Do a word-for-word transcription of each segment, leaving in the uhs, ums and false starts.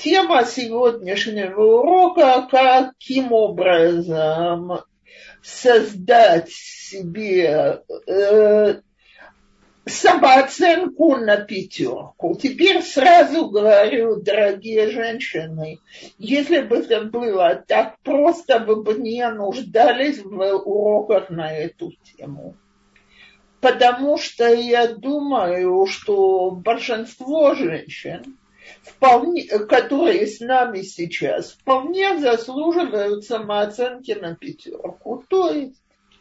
Тема сегодняшнего урока – каким образом создать себе э, самооценку на пятерку. Теперь сразу говорю, дорогие женщины, если бы это было так просто, вы бы не нуждались в уроках на эту тему. Потому что я думаю, что большинство женщин, вполне, которые с нами сейчас, вполне заслуживают самооценки на пятерку. То есть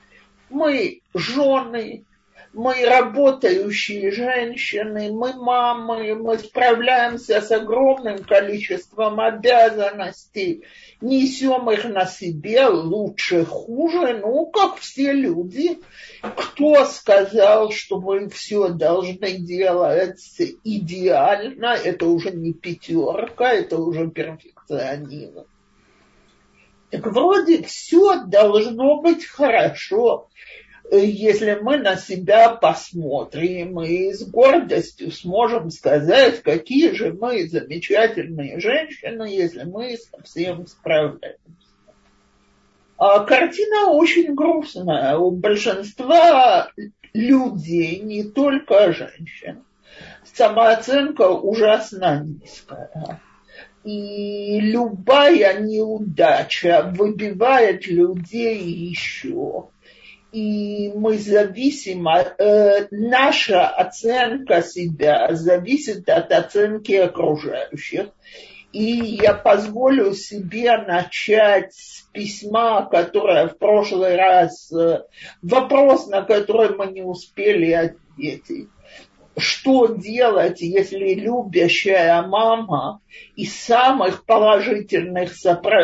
мы жены, мы работающие женщины, мы мамы, мы справляемся с огромным количеством обязанностей, несем их на себе лучше, хуже, ну, как все люди. Кто сказал, что мы все должны делать идеально? Это уже не пятерка, это уже перфекционизм. Так вроде все должно быть хорошо, если мы на себя посмотрим и с гордостью сможем сказать, какие же мы замечательные женщины, если мы со всем справляемся. А картина очень грустная. У большинства людей, не только женщин, самооценка ужасно низкая. И любая неудача выбивает людей еще. И мы зависим, э, наша оценка себя зависит от оценки окружающих. И я позволю себе начать с письма, которое в прошлый раз, э, вопрос, на который мы не успели ответить. Что делать, если любящая мама из самых положительных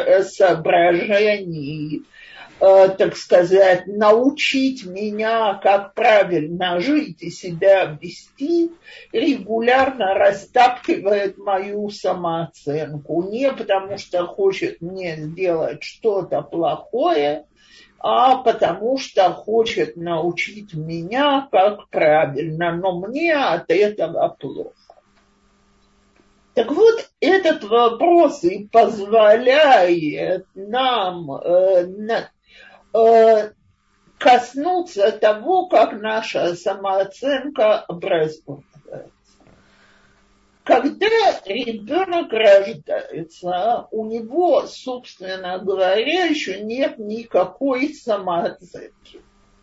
соображений, э, так сказать, научить меня, как правильно жить и себя вести, регулярно растапливает мою самооценку. Не потому что хочет мне сделать что-то плохое, а потому что хочет научить меня, как правильно, но мне от этого плохо. Так вот, этот вопрос и позволяет нам э, на, э, коснуться того, как наша самооценка образуется. Когда ребенок рождается, у него, собственно говоря, еще нет никакой самооценки.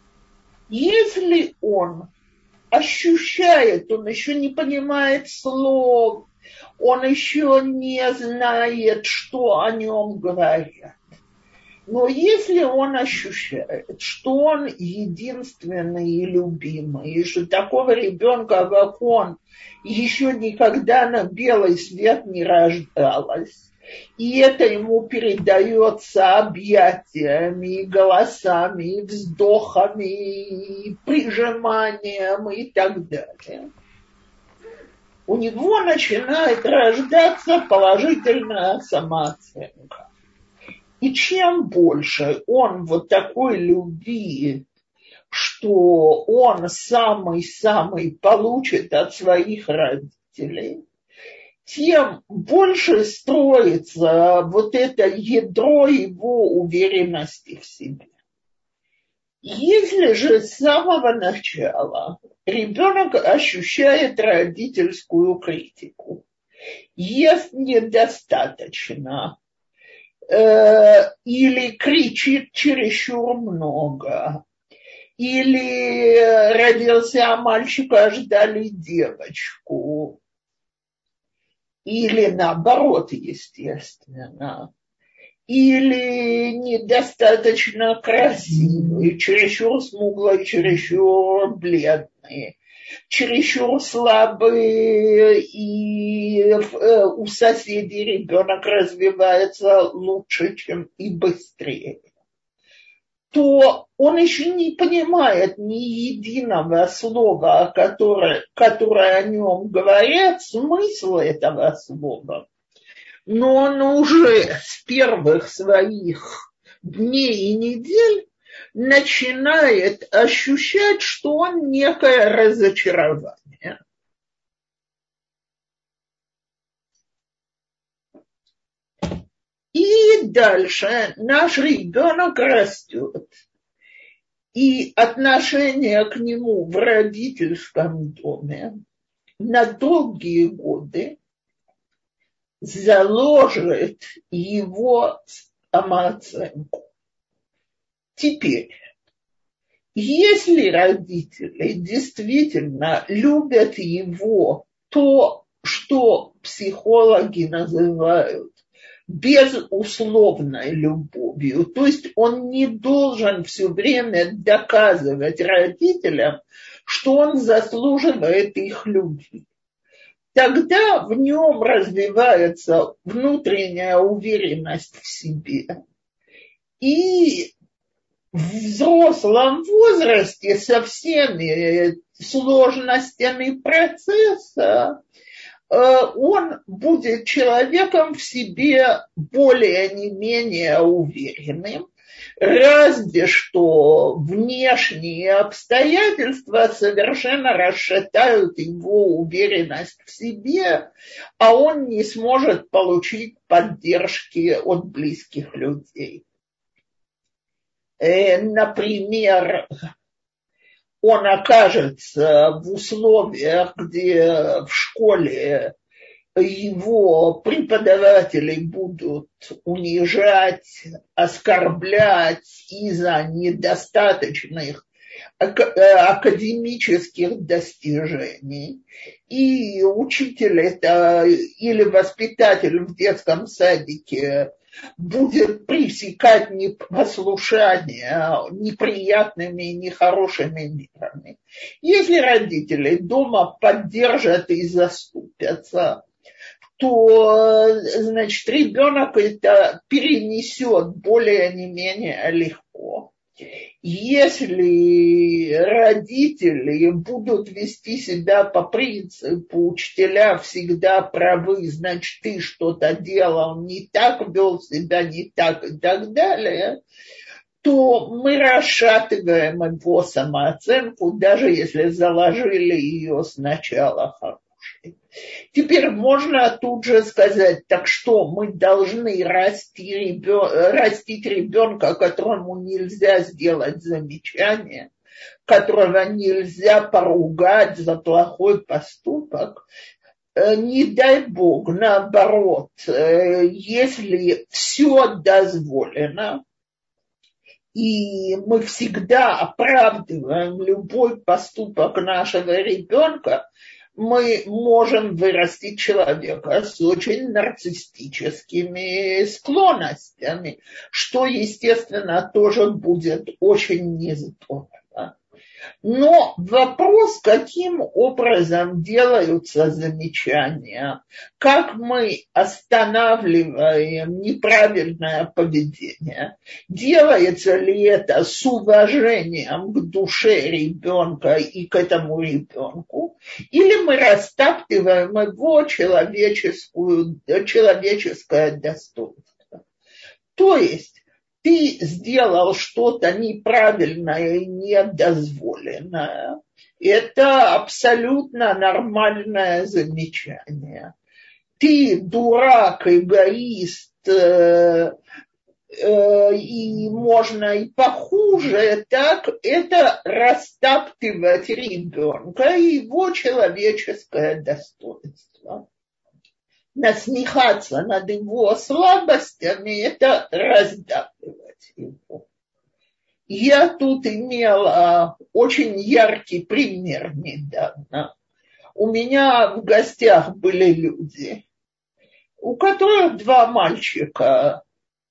Если он ощущает, он еще не понимает слов, он еще не знает, что о нем говорят. Но если он ощущает, что он единственный и любимый, и что такого ребенка, как он, еще никогда на белый свет не рождалось, и это ему передается объятиями, и голосами, и вздохами, и прижиманием и так далее, у него начинает рождаться положительная самооценка. И чем больше он вот такой любви, что он самый-самый получит от своих родителей, тем больше строится вот это ядро его уверенности в себе. Если же с самого начала ребенок ощущает родительскую критику, ест недостаточно, или кричит чересчур много, или родился мальчик, а ждали девочку, или наоборот, естественно, или недостаточно красивый, чересчур смуглый, чересчур бледный, чересчур слабый, и у соседей ребенок развивается лучше, чем и быстрее, то он еще не понимает ни единого слова, которое, которое о нем говорят, смысл этого слова. Но он уже с первых своих дней и недель начинает ощущать, что он некое разочарование. И дальше наш ребенок растет. И отношение к нему в родительском доме на долгие годы заложит его самооценку. Теперь, если родители действительно любят его, то, что психологи называют безусловной любовью, то есть он не должен все время доказывать родителям, что он заслуживает их любви, тогда в нем развивается внутренняя уверенность в себе. И в взрослом возрасте со всеми сложностями процесса он будет человеком в себе более не менее уверенным, разве что внешние обстоятельства совершенно расшатают его уверенность в себе, а он не сможет получить поддержки от близких людей. Например, он окажется в условиях, где в школе его преподаватели будут унижать, оскорблять из-за недостаточных академических достижений. И учитель это или воспитатель в детском садике будет пресекать непослушание неприятными и нехорошими мерами. Если родители дома поддержат и заступятся, то, значит, ребенок это перенесет более не менее легко. Если родители будут вести себя по принципу «учителя всегда правы, значит, ты что-то делал не так, вел себя не так» и так далее, то мы расшатываем его самооценку, даже если заложили ее сначала хорошей. Теперь можно тут же сказать, так что мы должны расти ребен... растить ребенка, которому нельзя сделать замечание, которого нельзя поругать за плохой поступок. Не дай Бог, наоборот, если все дозволено, и мы всегда оправдываем любой поступок нашего ребенка, мы можем вырастить человека с очень нарциссическими склонностями, что, естественно, тоже будет очень нездорово. Но вопрос, каким образом делаются замечания, как мы останавливаем неправильное поведение, делается ли это с уважением к душе ребенка и к этому ребенку, или мы растаптываем его человеческую, человеческое достоинство. То есть, ты сделал что-то неправильное и недозволенное. Это абсолютно нормальное замечание. Ты дурак, эгоист, э, э, и можно и похуже, так это растаптывать ребенка и его человеческое достоинство. Насмехаться над его слабостями – это раздавливать его. Я тут имела очень яркий пример недавно. У меня в гостях были люди, у которых два мальчика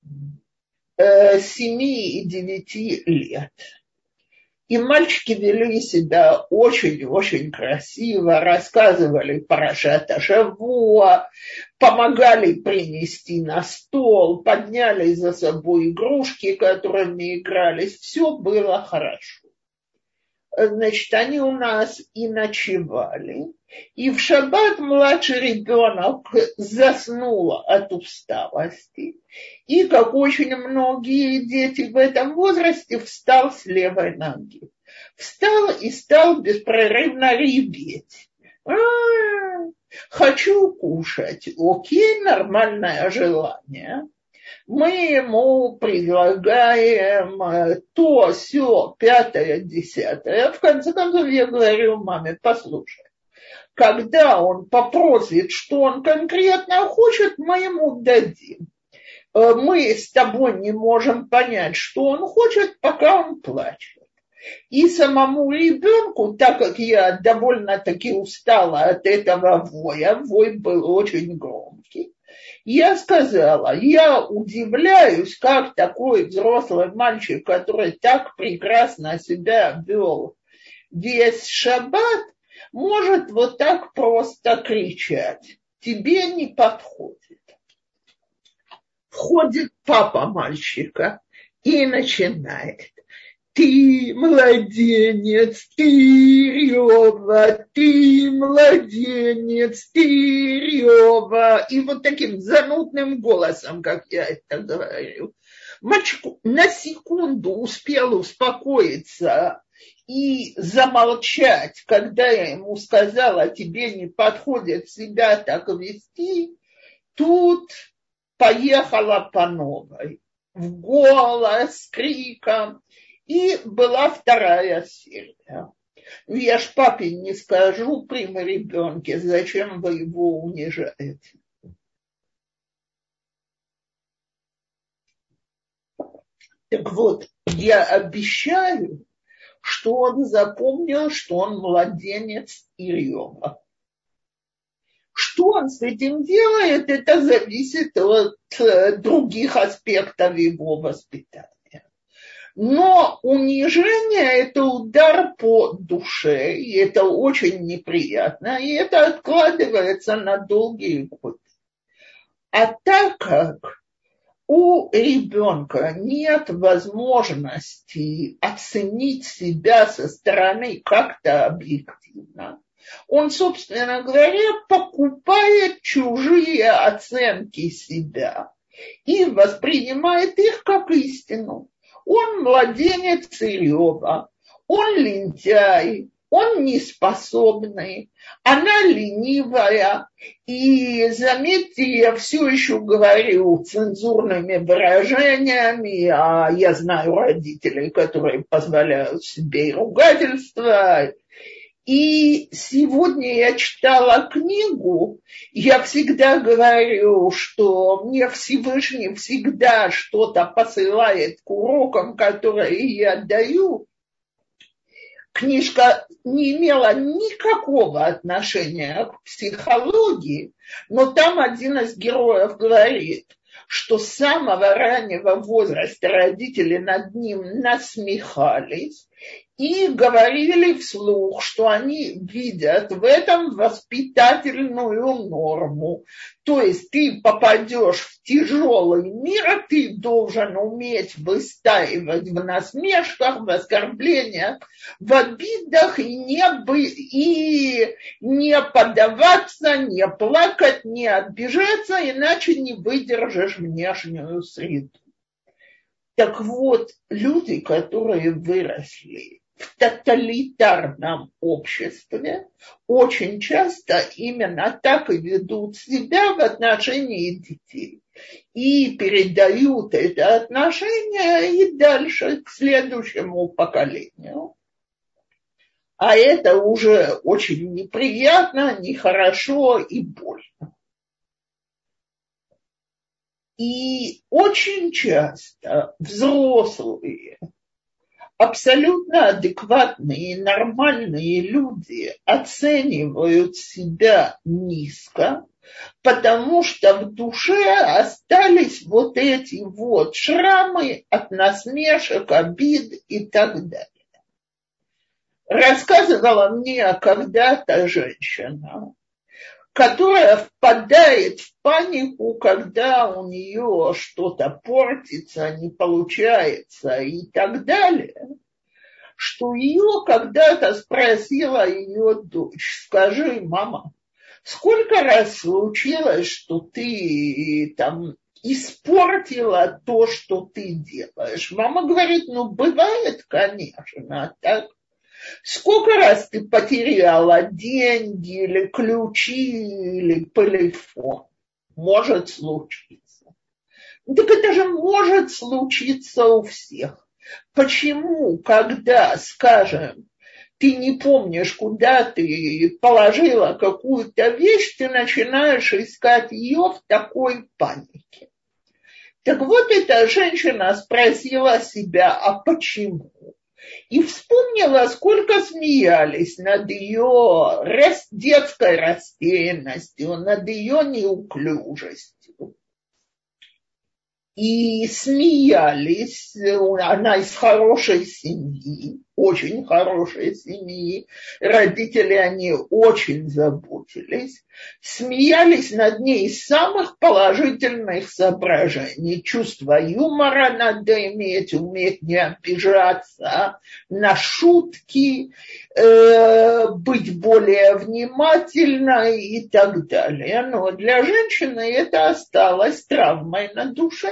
э, семи и девяти лет. И мальчики вели себя очень-очень красиво, рассказывали парашат а-Шавуа, помогали принести на стол, подняли за собой игрушки, которыми игрались. Все было хорошо. Значит, они у нас и ночевали. И в шаббат младший ребенок заснул от усталости. И, как очень многие дети в этом возрасте, встал с левой ноги. Встал и стал беспрерывно реветь. А-а-а, хочу кушать. Окей, нормальное желание. Мы ему предлагаем то, сё, пятое, десятое. В конце концов, я говорю маме, послушай, когда он попросит, что он конкретно хочет, мы ему дадим. Мы с тобой не можем понять, что он хочет, пока он плачет. И самому ребенку, так как я довольно-таки устала от этого воя, вой был очень громкий, я сказала, я удивляюсь, как такой взрослый мальчик, который так прекрасно себя вел весь шаббат, может вот так просто кричать. Тебе не подходит. Входит папа мальчика и начинает. Ты младенец, ты Рёва, ты младенец, ты Рёва. И вот таким занудным голосом, как я это говорю. Мальчик на секунду успел успокоиться и замолчать, когда я ему сказала, тебе не подходит себя так вести, тут поехала по новой, в голос, с криком. И была вторая серия. Я ж папе не скажу при ребенке, зачем вы его унижаете. Так вот, я обещаю, что он запомнил, что он младенец и Рёва. Что он с этим делает, это зависит от других аспектов его воспитания. Но унижение – это удар по душе, и это очень неприятно, и это откладывается на долгие годы. А так как у ребенка нет возможности оценить себя со стороны как-то объективно, он, собственно говоря, покупает чужие оценки себя и воспринимает их как истину. Он младенец и Рёва, он лентяй, он неспособный, она ленивая. И заметьте, я все еще говорю цензурными выражениями, а я знаю родителей, которые позволяют себе и ругательства. И сегодня я читала книгу, я всегда говорю, что мне Всевышний всегда что-то посылает к урокам, которые я даю. Книжка не имела никакого отношения к психологии, но там один из героев говорит, что с самого раннего возраста родители над ним насмехались и говорили вслух, что они видят в этом воспитательную норму. То есть ты попадешь в тяжелый мир, а ты должен уметь выстаивать в насмешках, в оскорблениях, в обидах и не, бы, и не поддаваться, не плакать, не обижаться, иначе не выдержишь внешнюю среду. Так вот, люди, которые выросли в тоталитарном обществе, очень часто именно так и ведут себя в отношении детей. И передают это отношение и дальше к следующему поколению. А это уже очень неприятно, нехорошо и больно. И очень часто взрослые, абсолютно адекватные и нормальные люди оценивают себя низко, потому что в душе остались вот эти вот шрамы от насмешек, обид и так далее. Рассказывала мне когда-то женщина, которая впадает в панику, когда у нее что-то портится, не получается и так далее, что ее когда-то спросила ее дочь: скажи, мама, сколько раз случилось, что ты там испортила то, что ты делаешь? Мама говорит: ну, бывает, конечно, так. Сколько раз ты потеряла деньги или ключи или телефон? Может случиться. Так это же может случиться у всех. Почему, когда, скажем, ты не помнишь, куда ты положила какую-то вещь, ты начинаешь искать ее в такой панике? Так вот, эта женщина спросила себя, а почему? И вспомнила, сколько смеялись над ее детской растерянностью, над ее неуклюжестью. И смеялись, она из хорошей семьи, очень хорошей семьи, родители о ней очень заботились, смеялись над ней из самых положительных соображений. Чувство юмора надо иметь, уметь не обижаться на шутки, э, быть более внимательной и так далее. Но для женщины это осталось травмой на душе.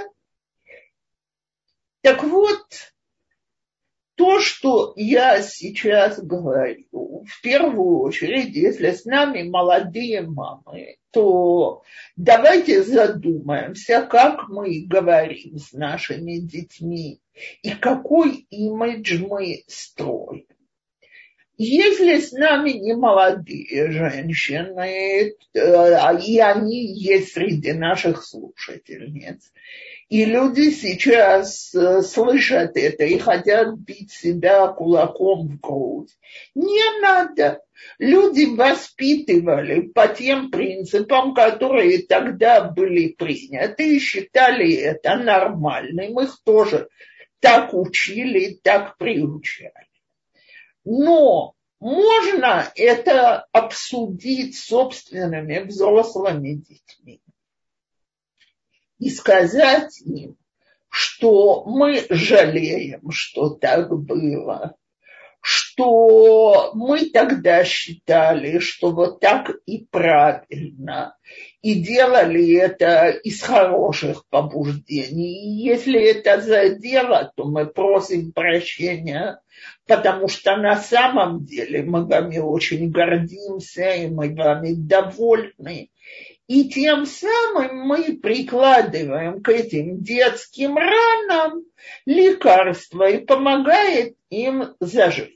Так вот, то, что я сейчас говорю, в первую очередь, если с нами молодые мамы, то давайте задумаемся, как мы говорим с нашими детьми и какой имидж мы строим. Если с нами не молодые женщины, и они есть среди наших слушательниц, и люди сейчас э, слышат это и хотят бить себя кулаком в грудь. Не надо. Люди воспитывали по тем принципам, которые тогда были приняты, и считали это нормальным. Их тоже так учили, так приучали. Но можно это обсудить с собственными взрослыми детьми и сказать им, что мы жалеем, что так было, что мы тогда считали, что вот так и правильно, и делали это из хороших побуждений. И если это задело, то мы просим прощения, потому что на самом деле мы вами очень гордимся, и мы вами довольны. И тем самым мы прикладываем к этим детским ранам лекарства и помогает им зажить.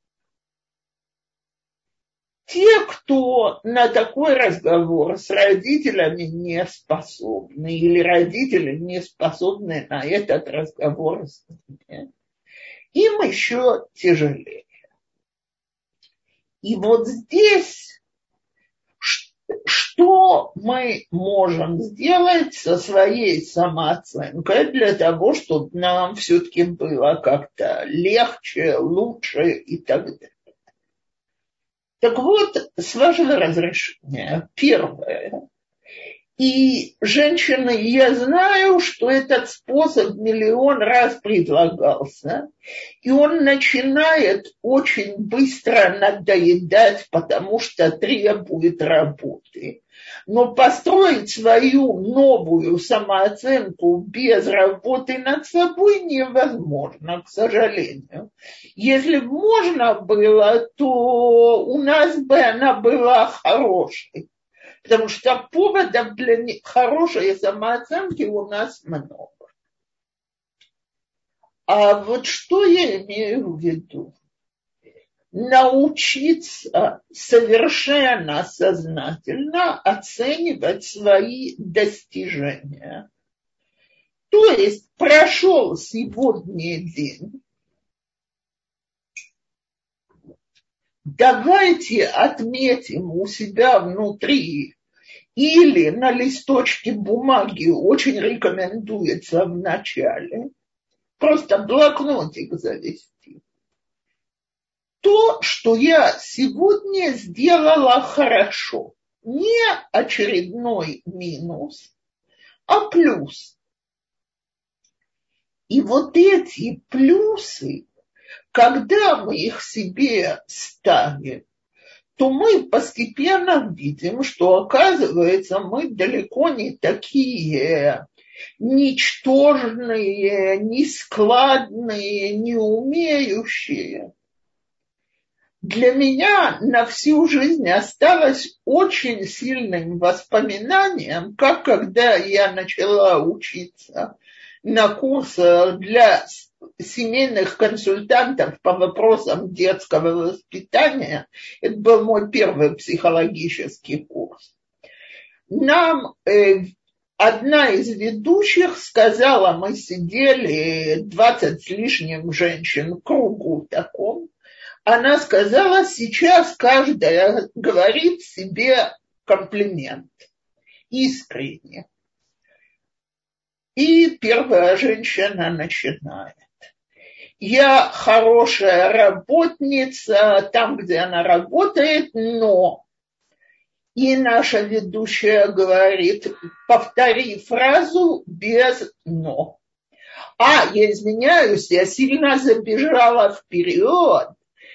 Те, кто на такой разговор с родителями не способны, или родители не способны на этот разговор с ними, им еще тяжелее. И вот здесь что мы можем сделать со своей самооценкой для того, чтобы нам все-таки было как-то легче, лучше и так далее. Так вот, с вашего разрешения, первое. И женщины, я знаю, что этот способ миллион раз предлагался, и он начинает очень быстро надоедать, потому что требует работы. Но построить свою новую самооценку без работы над собой невозможно, к сожалению. Если бы можно было, то у нас бы она была хорошей. Потому что поводов для хорошей самооценки у нас много. А вот что я имею в виду? Научиться совершенно сознательно оценивать свои достижения. То есть прошел сегодня день. Давайте отметим у себя внутри или на листочке бумаги, очень рекомендуется в начале, просто блокнотик завести. То, что я сегодня сделала хорошо, не очередной минус, а плюс. И вот эти плюсы, когда мы их себе ставим, то мы постепенно видим, что, оказывается, мы далеко не такие ничтожные, нескладные, не умеющие. для меня на всю жизнь осталось очень сильным воспоминанием, как когда я начала учиться на курсах для семейных консультантов по вопросам детского воспитания. Это был мой первый психологический курс. Нам э, одна из ведущих сказала, мы сидели двадцать с лишним женщин в кругу таком, она сказала, сейчас каждая говорит себе комплимент, искренне. И первая женщина начинает. Я хорошая работница там, где она работает, но... И наша ведущая говорит, повтори фразу без «но». А, я извиняюсь, я сильно забежала вперед.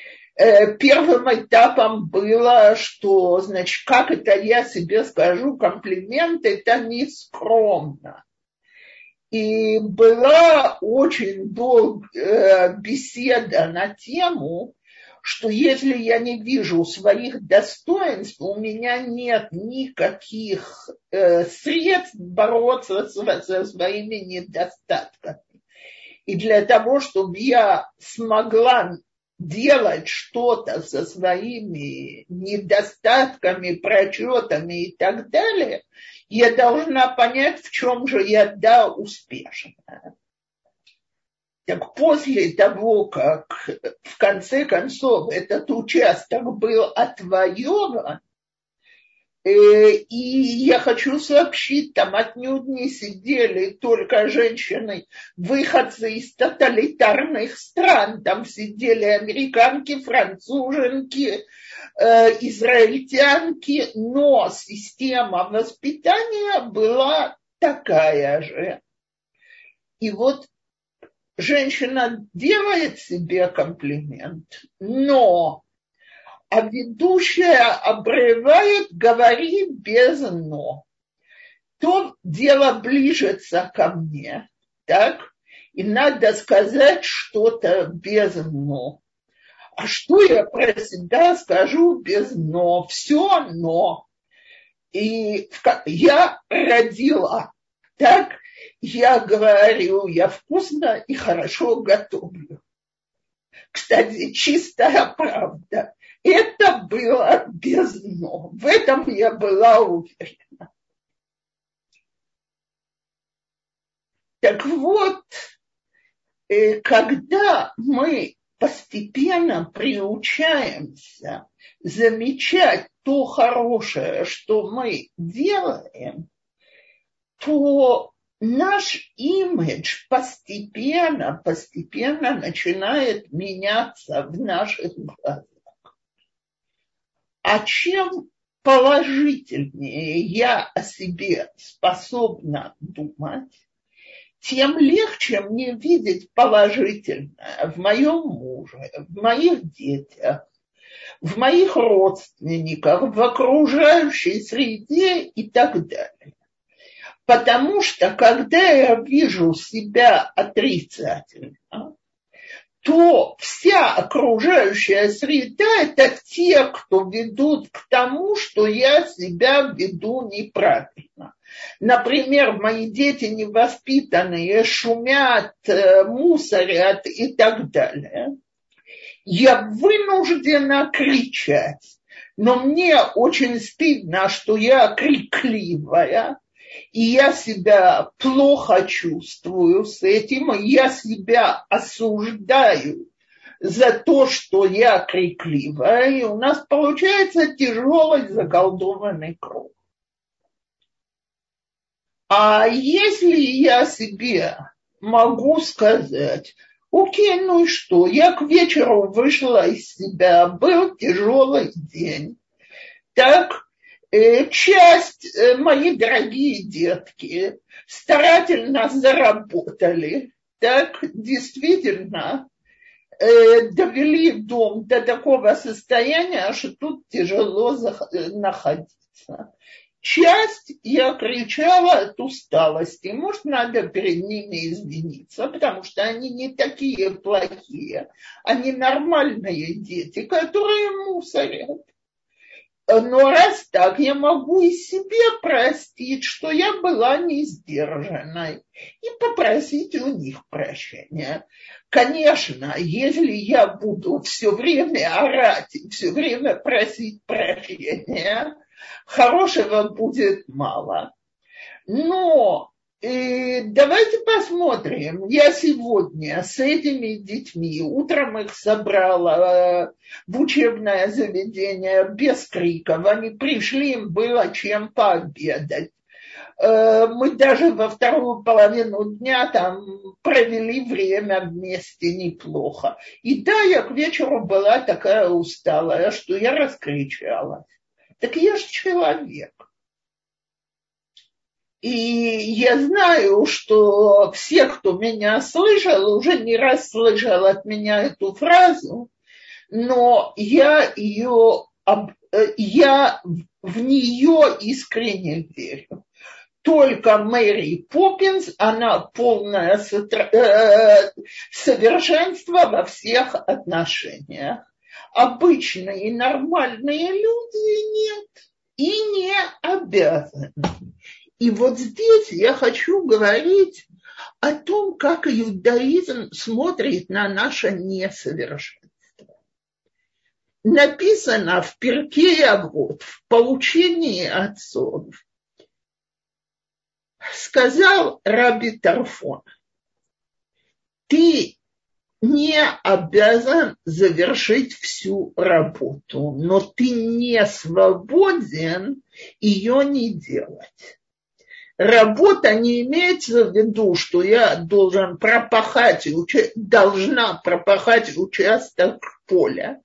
Первым этапом было, что, значит, как это я себе скажу комплимент, это не скромно. И была очень долгая беседа на тему, что если я не вижу своих достоинств, у меня нет никаких э, средств бороться со, со своими недостатками. И для того, чтобы я смогла делать что-то со своими недостатками, прочетами и так далее, я должна понять, в чем же я да успешная. Так после того, как в конце концов этот участок был отвоеван, э, и я хочу сообщить, там отнюдь не сидели только женщины, выходцы из тоталитарных стран, там сидели американки, француженки, э, израильтянки, но система воспитания была такая же. И вот женщина делает себе комплимент, но а ведущая обрывает, говорит без «но». То дело ближется ко мне, так? И надо сказать что-то без «но». А что я про себя скажу без «но»? Все «но». И я родила, так? Я говорю, я вкусно и хорошо готовлю. Кстати, чистая правда. Это было без «но». В этом я была уверена. Так вот, когда мы постепенно приучаемся замечать то хорошее, что мы делаем, то наш имидж постепенно, постепенно начинает меняться в наших глазах. А чем положительнее я о себе способна думать, тем легче мне видеть положительное в моем муже, в моих детях, в моих родственниках, в окружающей среде и так далее. Потому что, когда я вижу себя отрицательно, то вся окружающая среда – это те, кто ведут к тому, что я себя веду неправильно. Например, мои дети невоспитанные шумят, мусорят и так далее. Я вынуждена кричать, но мне очень стыдно, что я крикливая. И я себя плохо чувствую с этим, и я себя осуждаю за то, что я крикливая, и у нас получается тяжелый заколдованный круг. А если я себе могу сказать, окей, ну и что, я к вечеру вышла из себя, был тяжелый день, так, часть, мои дорогие детки, старательно заработали, так действительно довели дом до такого состояния, что тут тяжело находиться. Часть я кричала от усталости. Может, надо перед ними извиниться, потому что они не такие плохие. Они нормальные дети, которые мусорят. Но раз так, я могу и себе простить, что я была не сдержанной, и попросить у них прощения. Конечно, если я буду все время орать и все время просить прощения, хорошего будет мало. Но э, давайте посмотрим. Я сегодня с этими детьми, утром их собрала э, в учебное заведение без криков. Они пришли, им было чем пообедать. Э, мы даже во вторую половину дня там провели время вместе неплохо. И да, я к вечеру была такая усталая, что я раскричалась. Так я же человек. И я знаю, что все, кто меня слышал, уже не раз слышал от меня эту фразу, но я ее, я в нее искренне верю. Только Мэри Поппинс, она полное совершенство во всех отношениях. Обычные нормальные люди нет и не обязаны. И вот здесь я хочу говорить о том, как иудаизм смотрит на наше несовершенство. Написано в Перкей Авот, в поучении отцов, сказал Раби Тарфон: ты не обязан завершить всю работу, но ты не свободен ее не делать. Работа не имеется в виду, что я должен пропахать, должна пропахать участок поля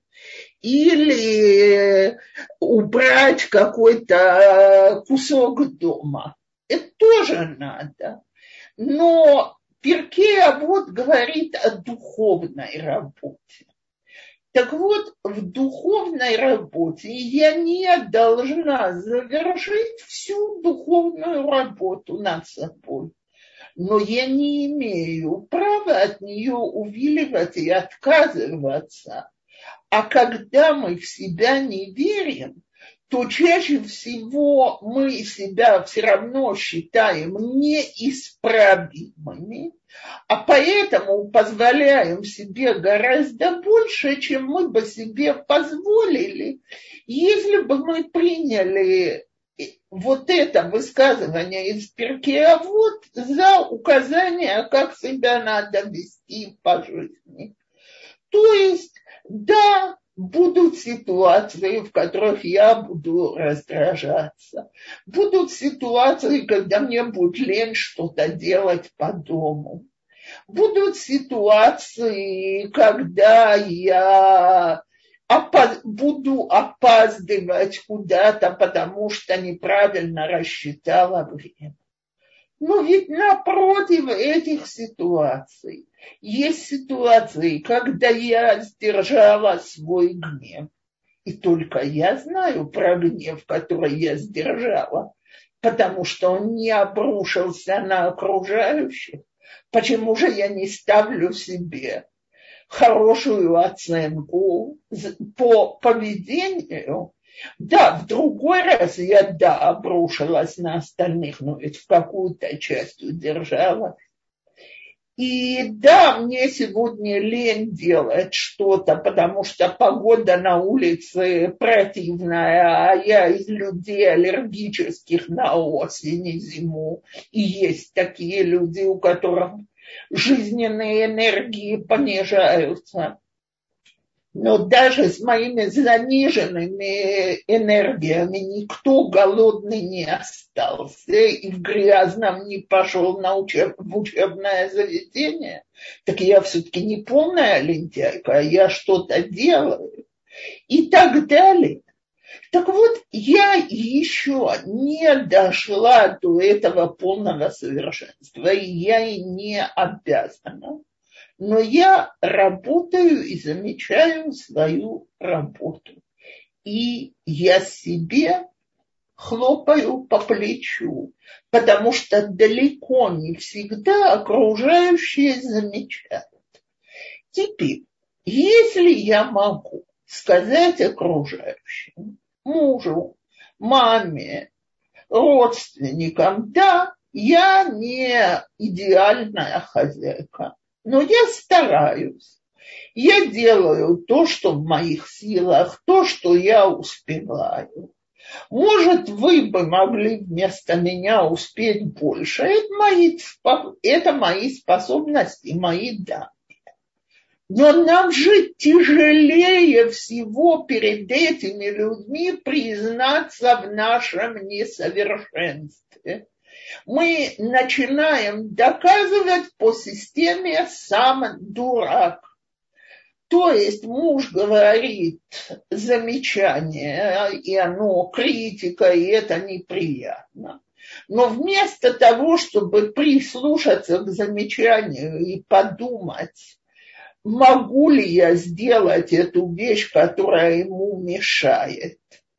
или убрать какой-то кусок дома. Это тоже надо. Но Перкей Авот говорит о духовной работе. Так вот, в духовной работе я не должна завершить всю духовную работу над собой. Но я не имею права от нее увиливать и отказываться. А когда мы в себя не верим, то чаще всего мы себя все равно считаем неисправимыми, а поэтому позволяем себе гораздо больше, чем мы бы себе позволили, если бы мы приняли вот это высказывание из Перкей Авот за указание, как себя надо вести по жизни. То есть, да, будут ситуации, в которых я буду раздражаться. Будут ситуации, когда мне будет лень что-то делать по дому. Будут ситуации, когда я опоз... буду опаздывать куда-то, потому что неправильно рассчитала время. Но ведь напротив этих ситуаций есть ситуации, когда я сдержала свой гнев. И только я знаю про гнев, который я сдержала, потому что он не обрушился на окружающих. Почему же я не ставлю себе хорошую оценку по поведению? Да, в другой раз я, да, обрушилась на остальных, но ведь в какую-то часть удержала. И да, мне сегодня лень делать что-то, потому что погода на улице противная, а я из людей аллергических на осень и зиму. И есть такие люди, у которых жизненные энергии понижаются. Но даже с моими заниженными энергиями никто голодный не остался и в грязном не пошел на учеб... в учебное заведение. Так я все-таки не полная лентяйка, я что-то делаю и так далее. Так вот, я еще не дошла до этого полного совершенства, и я и не обязана. Но я работаю и замечаю свою работу. И я себе хлопаю по плечу, потому что далеко не всегда окружающие замечают. Теперь, если я могу сказать окружающим, мужу, маме, родственникам, да, я не идеальная хозяйка, но я стараюсь. Я делаю то, что в моих силах, то, что я успеваю. Может, вы бы могли вместо меня успеть больше. Это мои, это мои способности, мои данные. Но нам же тяжелее всего перед этими людьми признаться в нашем несовершенстве. Мы начинаем доказывать по системе «сам дурак». То есть муж говорит замечание, и оно критика, и это неприятно. Но вместо того, чтобы прислушаться к замечанию и подумать, могу ли я сделать эту вещь, которая ему мешает,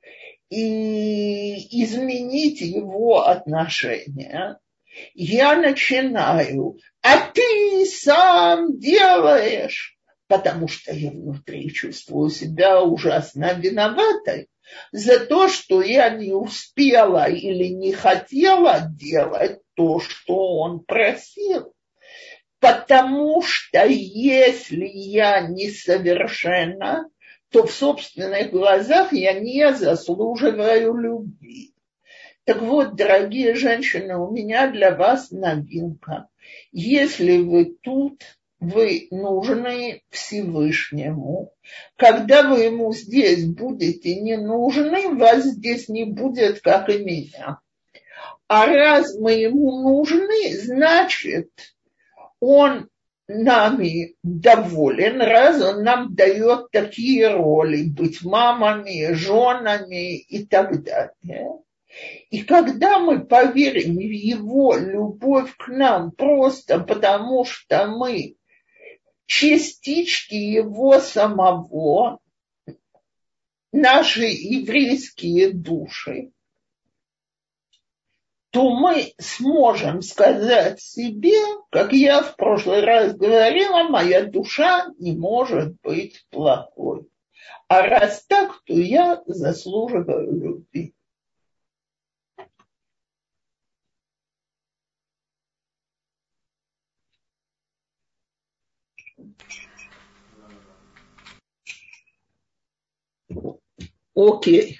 и изменить его отношения, я начинаю, а ты сам делаешь. Потому что я внутри чувствую себя ужасно виноватой за то, что я не успела или не хотела делать то, что он просил. Потому что если я несовершенна, то в собственных глазах я не заслуживаю любви. Так вот, дорогие женщины, у меня для вас новинка. Если вы тут, вы нужны Всевышнему. Когда вы ему здесь будете не нужны, вас здесь не будет, как и меня. А раз мы ему нужны, значит, он нами доволен, раз он нам дает такие роли, быть мамами, женами и так далее. И когда мы поверим в его любовь к нам просто потому, что мы частички его самого, наши еврейские души, то мы сможем сказать себе, как я в прошлый раз говорила, моя душа не может быть плохой. А раз так, то я заслуживаю любви. Окей.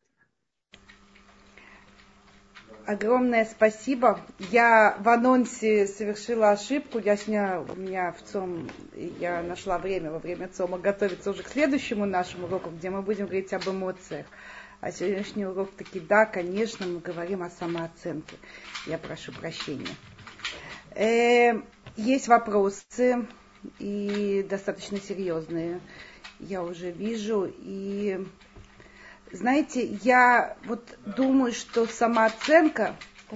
Огромное спасибо. Я в анонсе совершила ошибку. Я сегодня, у меня в ЦОМ, я нашла время во время ЦОМа готовиться уже к следующему нашему уроку, где мы будем говорить об эмоциях. А сегодняшний урок таки, да, конечно, мы говорим о самооценке. Я прошу прощения. Э, есть вопросы, и достаточно серьезные. Я уже вижу, и... Знаете, я вот думаю, что самооценка,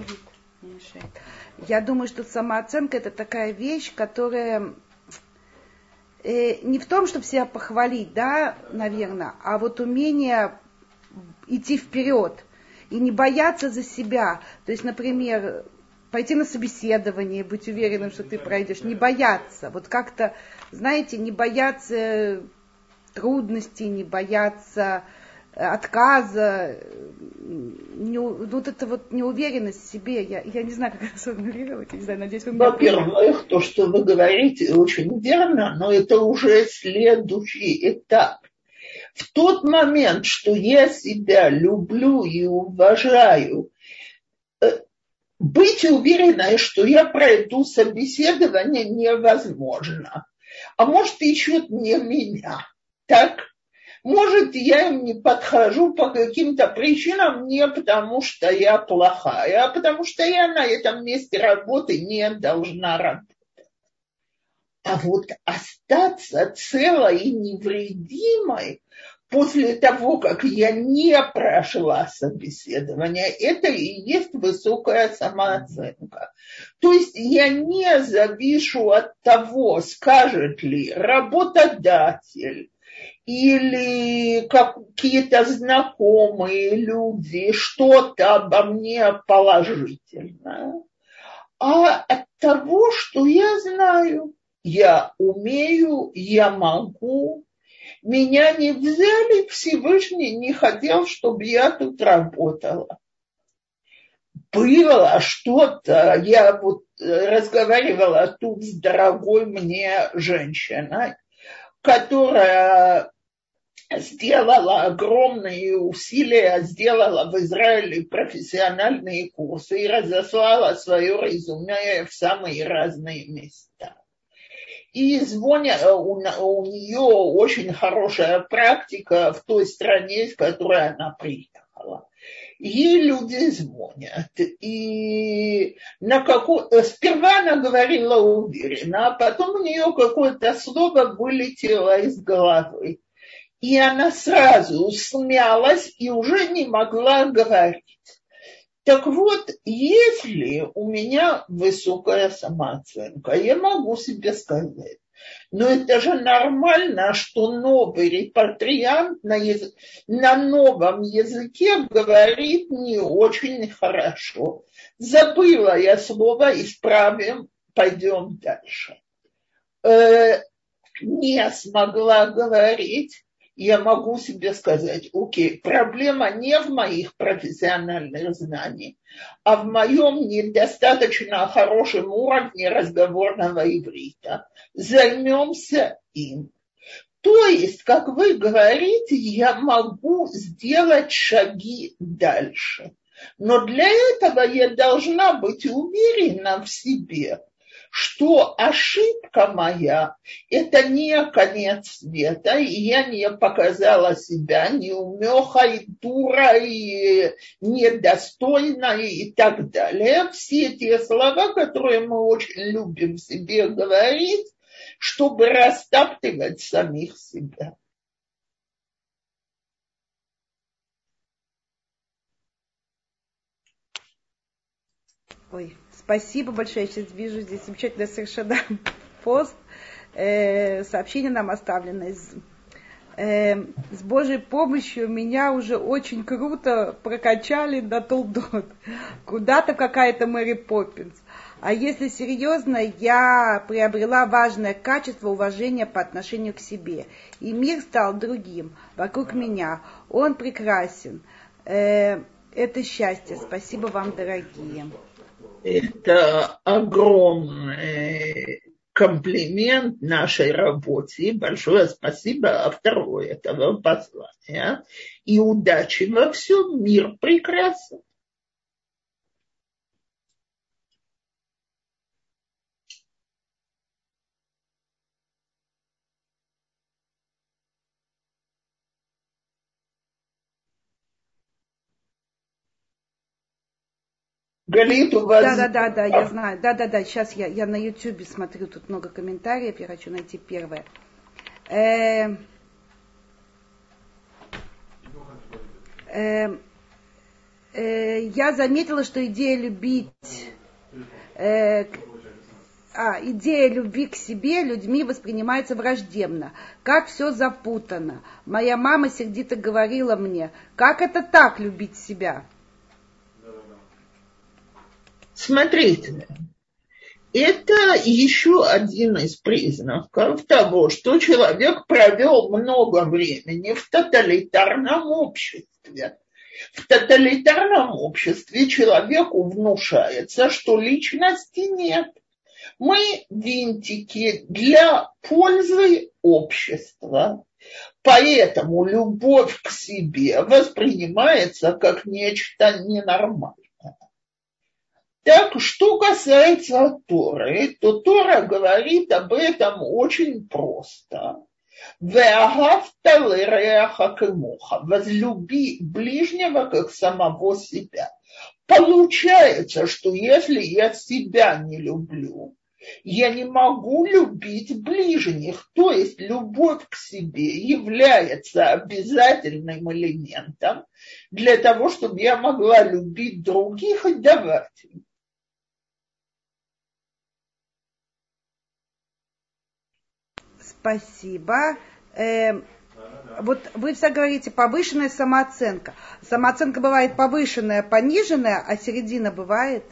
я думаю, что самооценка это такая вещь, которая э, не в том, чтобы себя похвалить, да, наверное, а вот умение идти вперед и не бояться за себя. То есть, например, пойти на собеседование, быть уверенным, что ты пройдешь, не бояться. Вот как-то, знаете, не бояться трудностей, не бояться отказа, не, вот это вот неуверенность в себе, я, я не знаю, как это сформулировать, я не знаю, надеюсь, вы меня... Во-первых, то, что вы говорите, очень верно, но это уже следующий этап. В тот момент, что я себя люблю и уважаю, быть уверенной, что я пройду собеседование, невозможно. А может, ищут не меня, так? Может, я им не подхожу по каким-то причинам, не потому что я плохая, а потому что я на этом месте работы не должна работать. А вот остаться целой и невредимой после того, как я не прошла собеседование, это и есть высокая самооценка. То есть я не завишу от того, скажет ли работодатель, или какие-то знакомые люди, что-то обо мне положительное, а от того, что я знаю, я умею, я могу. Меня не взяли, Всевышний не хотел, чтобы я тут работала. Было что-то, я вот разговаривала тут с дорогой мне женщиной, которая сделала огромные усилия, сделала в Израиле профессиональные курсы и разослала свое резюме в самые разные места. И звонят, у, у нее очень хорошая практика в той стране, в которой она приехала. Ей люди звонят, и на какой... сперва она говорила уверенно, а потом у нее какое-то слово вылетело из головы. И она сразу смялась и уже не могла говорить. Так вот, если у меня высокая самооценка, я могу себе сказать, но это же нормально, что новый репатриант на, язык, на новом языке говорит не очень хорошо. Забыла я слово, исправим, пойдем дальше. Э, не смогла говорить. Я могу себе сказать, окей, проблема не в моих профессиональных знаниях, а в моем недостаточно хорошем уровне разговорного иврита. Займемся им. То есть, как вы говорите, я могу сделать шаги дальше. Но для этого я должна быть уверена в себе, что ошибка моя – это не конец света, и я не показала себя неумехой, дурой, недостойной и так далее. Все те слова, которые мы очень любим себе говорить, чтобы растаптывать самих себя. Ой, спасибо большое. Я сейчас вижу здесь замечательно совершенно пост. Э, сообщение нам оставлено. Из, э, с Божьей помощью меня уже очень круто прокачали до толдот. Куда-то какая-то Мэри Поппинс. А если серьезно, я приобрела важное качество уважения по отношению к себе. И мир стал другим вокруг меня. Он прекрасен. Э, это счастье. Спасибо вам, дорогие. Это огромный комплимент нашей работе. Большое спасибо автору этого послания. И удачи во всем. Мир прекрасен. Галит, у вас... Да, да, да, да, я знаю. Да, да, да, сейчас я, я на Ютубе смотрю, тут много комментариев, я хочу найти первое. Э, э, э, я заметила, что идея любить, э, а, идея любви к себе людьми воспринимается враждебно. Как все запутано. Моя мама сердито говорила мне, как это так любить себя? Смотрите, это еще один из признаков того, что человек провел много времени в тоталитарном обществе. В тоталитарном обществе человеку внушается, что личности нет. Мы винтики для пользы общества. Поэтому любовь к себе воспринимается как нечто ненормальное. Так, что касается Торы, то Тора говорит об этом очень просто. Возлюби ближнего, как самого себя. Получается, что если я себя не люблю, я не могу любить ближних. То есть любовь к себе является обязательным элементом для того, чтобы я могла любить других и давать им. Спасибо. Э, Вот вы все говорите повышенная самооценка. Самооценка бывает повышенная, пониженная, а середина бывает?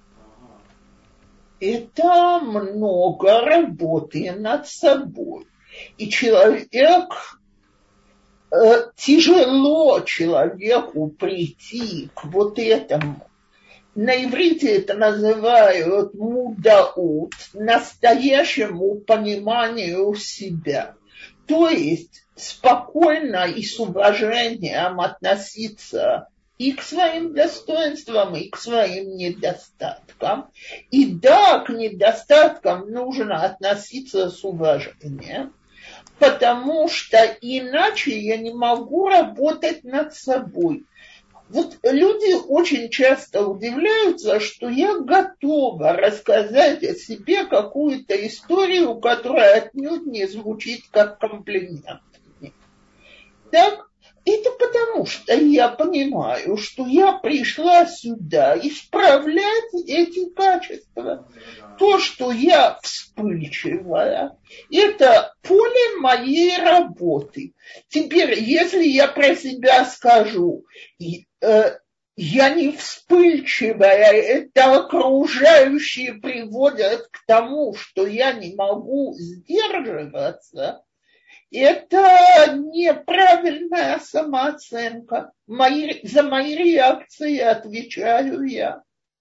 Это много работы над собой. И человек, э, тяжело человеку прийти к вот этому. На иврите это называют мудаут, настоящему пониманию себя. То есть спокойно и с уважением относиться и к своим достоинствам, и к своим недостаткам. И да, к недостаткам нужно относиться с уважением, потому что иначе я не могу работать над собой. Вот люди очень часто удивляются, что я готова рассказать о себе какую-то историю, которая отнюдь не звучит как комплимент. Так, это потому что я понимаю, что я пришла сюда исправлять эти качества. То, что я вспыльчивая, это поле моей работы. Теперь, если я про себя скажу, э, я не вспыльчивая, это окружающие приводят к тому, что я не могу сдерживаться, это неправильная самооценка. Мои, за мои реакции отвечаю я.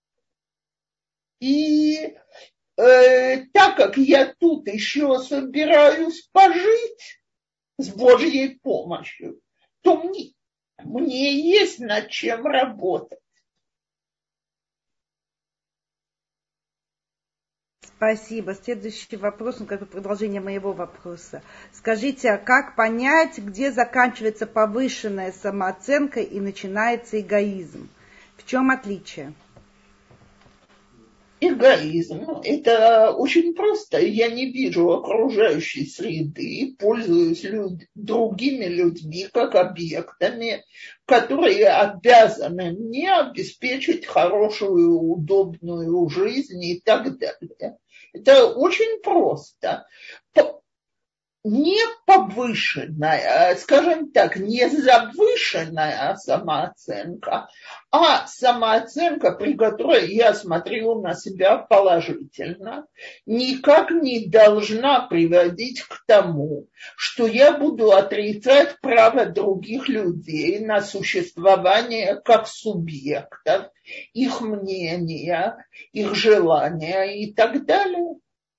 И э, так как я тут еще собираюсь пожить с Божьей помощью, то мне, мне есть над чем работать. Спасибо. Следующий вопрос, ну, как бы продолжение моего вопроса. Скажите, а как понять, где заканчивается повышенная самооценка и начинается эгоизм? В чем отличие? Эгоизм – это очень просто. Я не вижу окружающей среды, пользуюсь люд... другими людьми как объектами, которые обязаны мне обеспечить хорошую, удобную жизнь и так далее. Это очень просто. Не повышенная, скажем так, не завышенная самооценка, а самооценка, при которой я смотрю на себя положительно, никак не должна приводить к тому, что я буду отрицать право других людей на существование как субъектов, их мнения, их желания и так далее.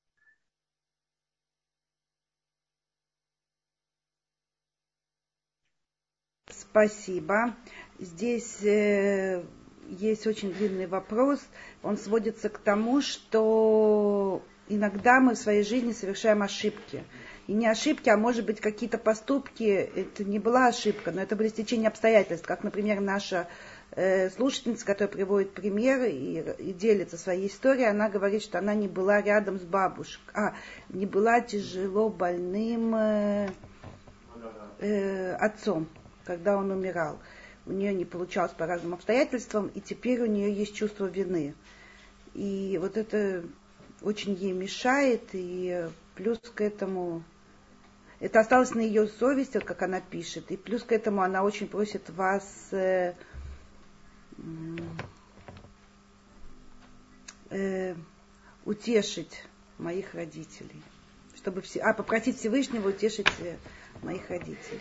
Спасибо. Здесь э, есть очень длинный вопрос. Он сводится к тому, что иногда мы в своей жизни совершаем ошибки. И не ошибки, а может быть какие-то поступки. Это не была ошибка, но это были стечения обстоятельств. Как, например, наша э, слушательница, которая приводит пример и, и делится своей историей, она говорит, что она не была рядом с бабушкой, а не была тяжело больным э, э, отцом, когда он умирал. У нее не получалось по разным обстоятельствам, и теперь у нее есть чувство вины. И вот это очень ей мешает, и плюс к этому, это осталось на ее совести, как она пишет, и плюс к этому она очень просит вас э, э, утешить моих родителей, чтобы все, а попросить Всевышнего утешить моих родителей.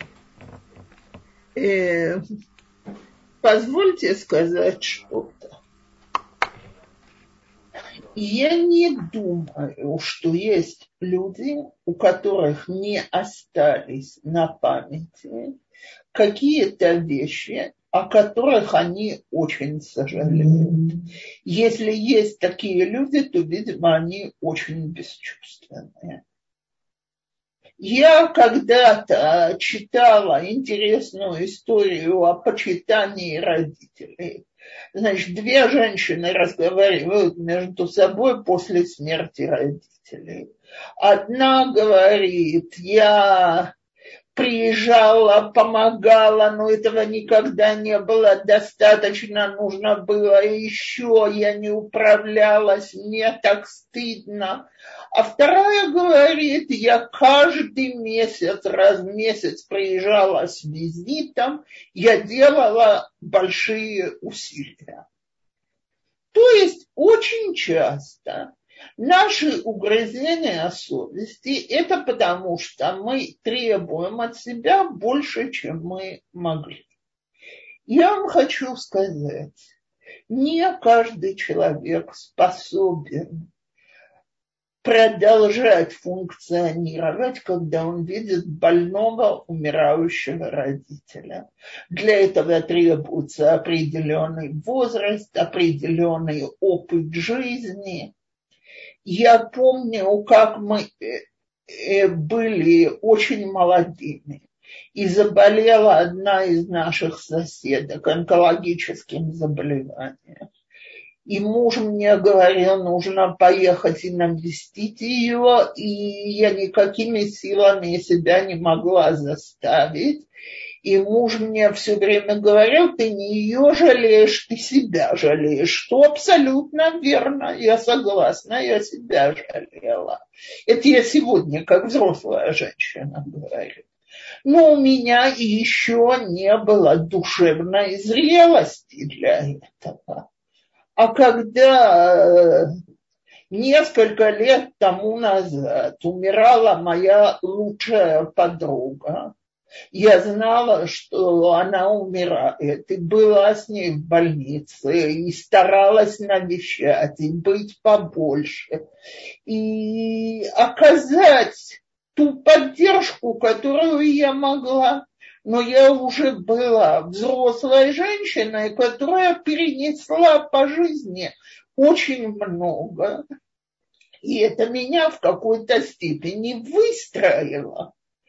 Э, позвольте сказать что-то. Я не думаю, что есть люди, у которых не остались на памяти какие-то вещи, о которых они очень сожалеют. Если есть такие люди, то, видимо, они очень бесчувственные. Я когда-то читала интересную историю о почитании родителей. Значит, две женщины разговаривают между собой после смерти родителей. Одна говорит: я приезжала, помогала, но этого никогда не было достаточно, нужно было еще, я не управлялась, мне так стыдно. А вторая говорит, я каждый месяц, раз в месяц приезжала с визитом, я делала большие усилия. То есть очень часто наши угрызения совести – это потому, что мы требуем от себя больше, чем мы могли. Я вам хочу сказать, не каждый человек способен продолжать функционировать, когда он видит больного, умирающего родителя. Для этого требуется определенный возраст, определенный опыт жизни. Я помню, как мы были очень молодыми, и заболела одна из наших соседок онкологическим заболеванием. И муж мне говорил, нужно поехать и навестить ее, и я никакими силами себя не могла заставить. И муж мне все время говорил, ты не ее жалеешь, ты себя жалеешь, что абсолютно верно, я согласна, я себя жалела. Это я сегодня, как взрослая женщина, говорю. Но у меня еще не было душевной зрелости для этого. А когда несколько лет тому назад умирала моя лучшая подруга, я знала, что она умирает, и была с ней в больнице, и старалась навещать, и быть побольше, и оказать ту поддержку, которую я могла. Но я уже была взрослой женщиной, которая перенесла по жизни очень много. И это меня в какой-то степени выстроило.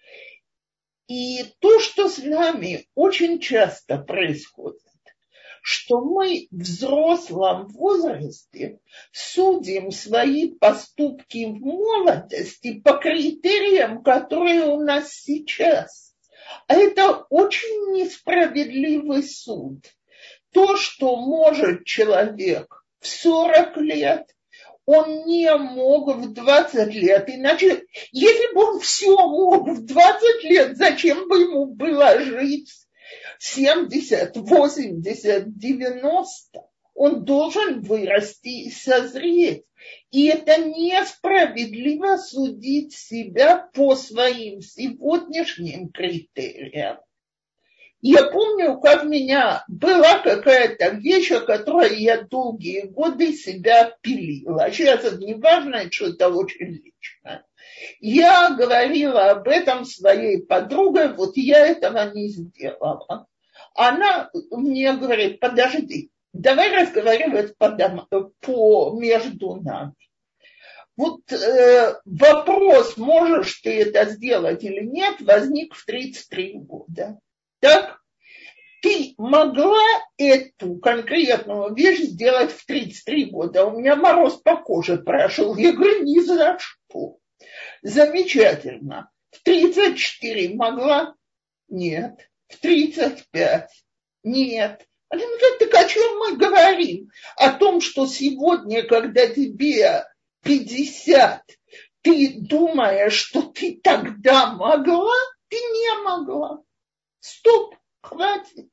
И то, что с нами очень часто происходит, что мы в взрослом возрасте судим свои поступки в молодости по критериям, которые у нас сейчас. А это очень несправедливый суд. То, что может человек в сорок лет, он не мог в двадцать лет. Иначе, если бы он все мог в двадцать лет, зачем бы ему было жить семьдесят, восемьдесят, девяносто? Он должен вырасти и созреть. И это несправедливо судить себя по своим сегодняшним критериям. Я помню, как у меня была какая-то вещь, о которой я долгие годы себя пилила. Сейчас это не важно, это что-то очень личное. Я говорила об этом своей подруге, вот я этого не сделала. Она мне говорит, подожди, давай разговаривать по, дом, по между нами. Вот э, вопрос, можешь ты это сделать или нет, возник в тридцать три года. Так? Ты могла эту конкретную вещь сделать в тридцать три года? У меня мороз по коже прошел. Я говорю, ни за что. Замечательно. В тридцать четыре могла? Нет. В тридцать пять? Нет. Так о чем мы говорим? О том, что сегодня, когда тебе пятьдесят, ты думаешь, что ты тогда могла? Ты не могла. Стоп, хватит.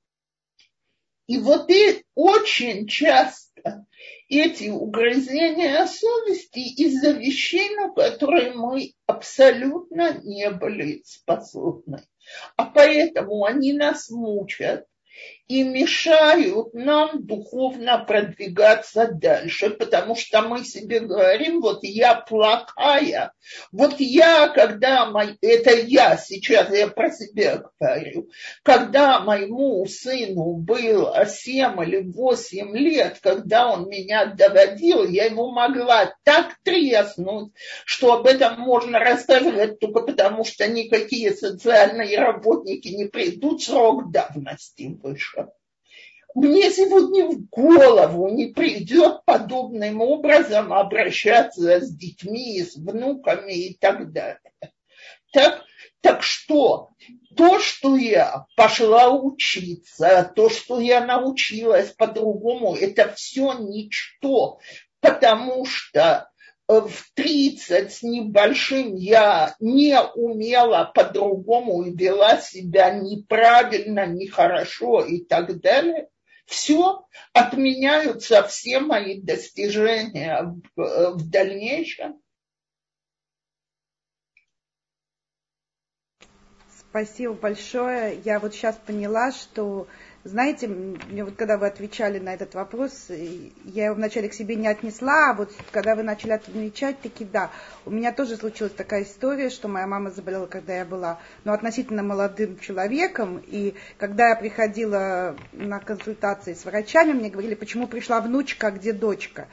И вот и очень часто эти угрызения совести из-за вещей, на которые мы абсолютно не были способны. А поэтому они нас мучат и мешают нам духовно продвигаться дальше, потому что мы себе говорим, вот я плохая, вот я, когда, мой, это я сейчас, я про себя говорю, когда моему сыну было семь или восемь лет, когда он меня доводил, я его могла так треснуть, что об этом можно рассказывать только потому, что никакие социальные работники не придут, срок давности вышел. Мне сегодня в голову не придет подобным образом обращаться с детьми, с внуками и так далее. Так, Так что то, что я пошла учиться, то, что я научилась по-другому, это все ничто, потому что в тридцать с небольшим я не умела по-другому и вела себя неправильно, нехорошо и так далее. Все, отменяются все мои достижения в, в дальнейшем. Спасибо большое. Я вот сейчас поняла, что, знаете, мне вот когда вы отвечали на этот вопрос, я его вначале к себе не отнесла, а вот когда вы начали отвечать, таки да. У меня тоже случилась такая история, что моя мама заболела, когда я была, ну, относительно молодым человеком, и когда я приходила на консультации с врачами, мне говорили, почему пришла внучка, а где дочка.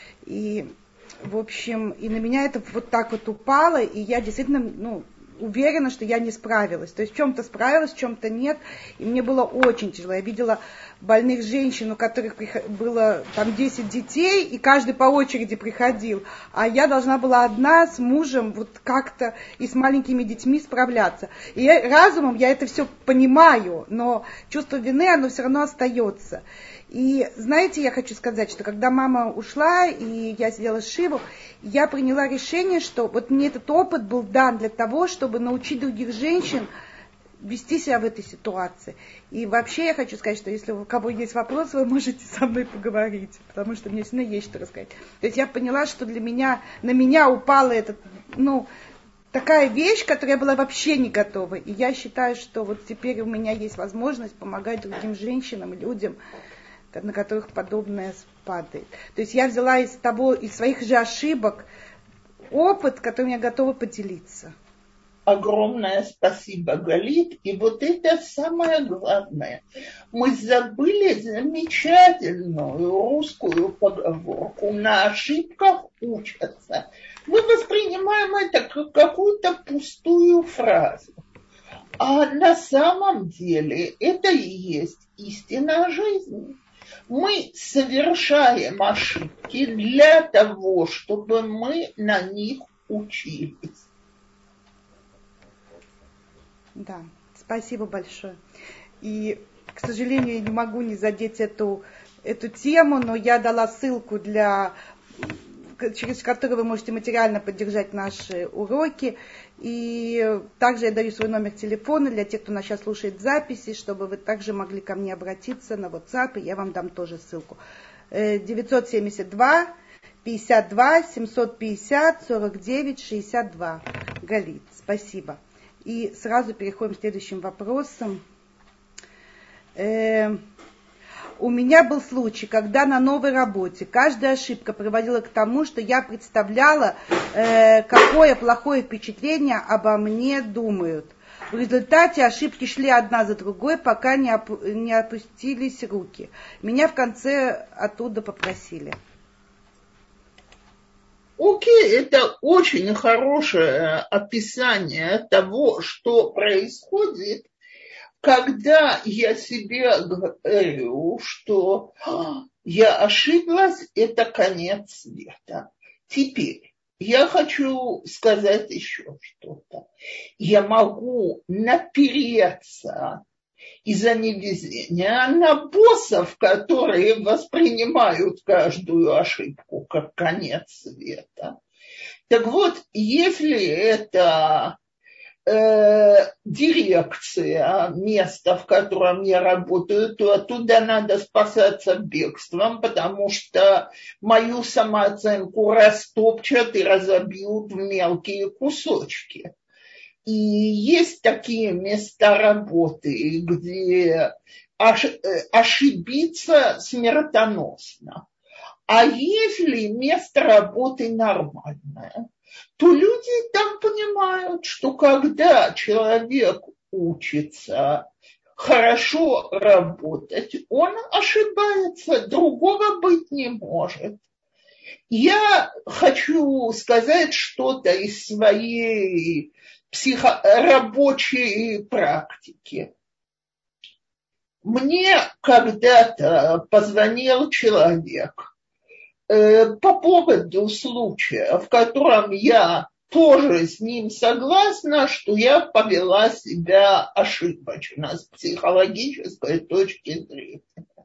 И, в общем, и на меня это вот так вот упало, и я действительно, ну, уверена, что я не справилась. То есть в чем-то справилась, в чем-то нет. И мне было очень тяжело. Я видела больных женщин, у которых было там десять детей, и каждый по очереди приходил. А я должна была одна с мужем вот как-то и с маленькими детьми справляться. И я, разумом я это все понимаю, но чувство вины, оно все равно остается. И знаете, я хочу сказать, что когда мама ушла, и я сидела с Шивом, я приняла решение, что вот мне этот опыт был дан для того, чтобы научить других женщин вести себя в этой ситуации. И вообще я хочу сказать, что если у кого есть вопросы, вы можете со мной поговорить, потому что мне всегда есть что рассказать. То есть я поняла, что для меня, на меня упала этот, ну, такая вещь, к которой я была вообще не готова. И я считаю, что вот теперь у меня есть возможность помогать другим женщинам, людям, на которых подобное падает. То есть я взяла из того, из своих же ошибок опыт, которым я готова поделиться. Огромное спасибо, Галит. И вот это самое главное. Мы забыли замечательную русскую поговорку: на ошибках учатся. Мы воспринимаем это как какую-то пустую фразу. А на самом деле это и есть истина жизни. Мы совершаем ошибки для того, чтобы мы на них учились. Да, спасибо большое. И, к сожалению, я не могу не задеть эту, эту тему, но я дала ссылку, для, через которую вы можете материально поддержать наши уроки. И также я даю свой номер телефона для тех, кто нас сейчас слушает записи, чтобы вы также могли ко мне обратиться на WhatsApp, и я вам дам тоже ссылку. девятьсот семьдесят два пятьдесят два семьсот пятьдесят сорок девять шестьдесят два. Галит, спасибо. И сразу переходим к следующим вопросам. Э, у меня был случай, когда на новой работе каждая ошибка приводила к тому, что я представляла, э, какое плохое впечатление обо мне думают. В результате ошибки шли одна за другой, пока не, оп- не опустились руки. Меня в конце оттуда попросили. Окей, это очень хорошее описание того, что происходит, когда я себе говорю, что я ошиблась, это конец света. Теперь я хочу сказать еще что-то. Я могу напереться из-за невезения на боссов, которые воспринимают каждую ошибку как конец света. Так вот, если это э, дирекция, место, в котором я работаю, то оттуда надо спасаться бегством, потому что мою самооценку растопчат и разобьют в мелкие кусочки. И есть такие места работы, где ошибиться смертоносно. А если место работы нормальное, то люди там понимают, что когда человек учится хорошо работать, он ошибается, другого быть не может. Я хочу сказать что-то из своей психорабочей практики. Мне когда-то позвонил человек э, по поводу случая, в котором я тоже с ним согласна, что я повела себя ошибочно с психологической точки зрения.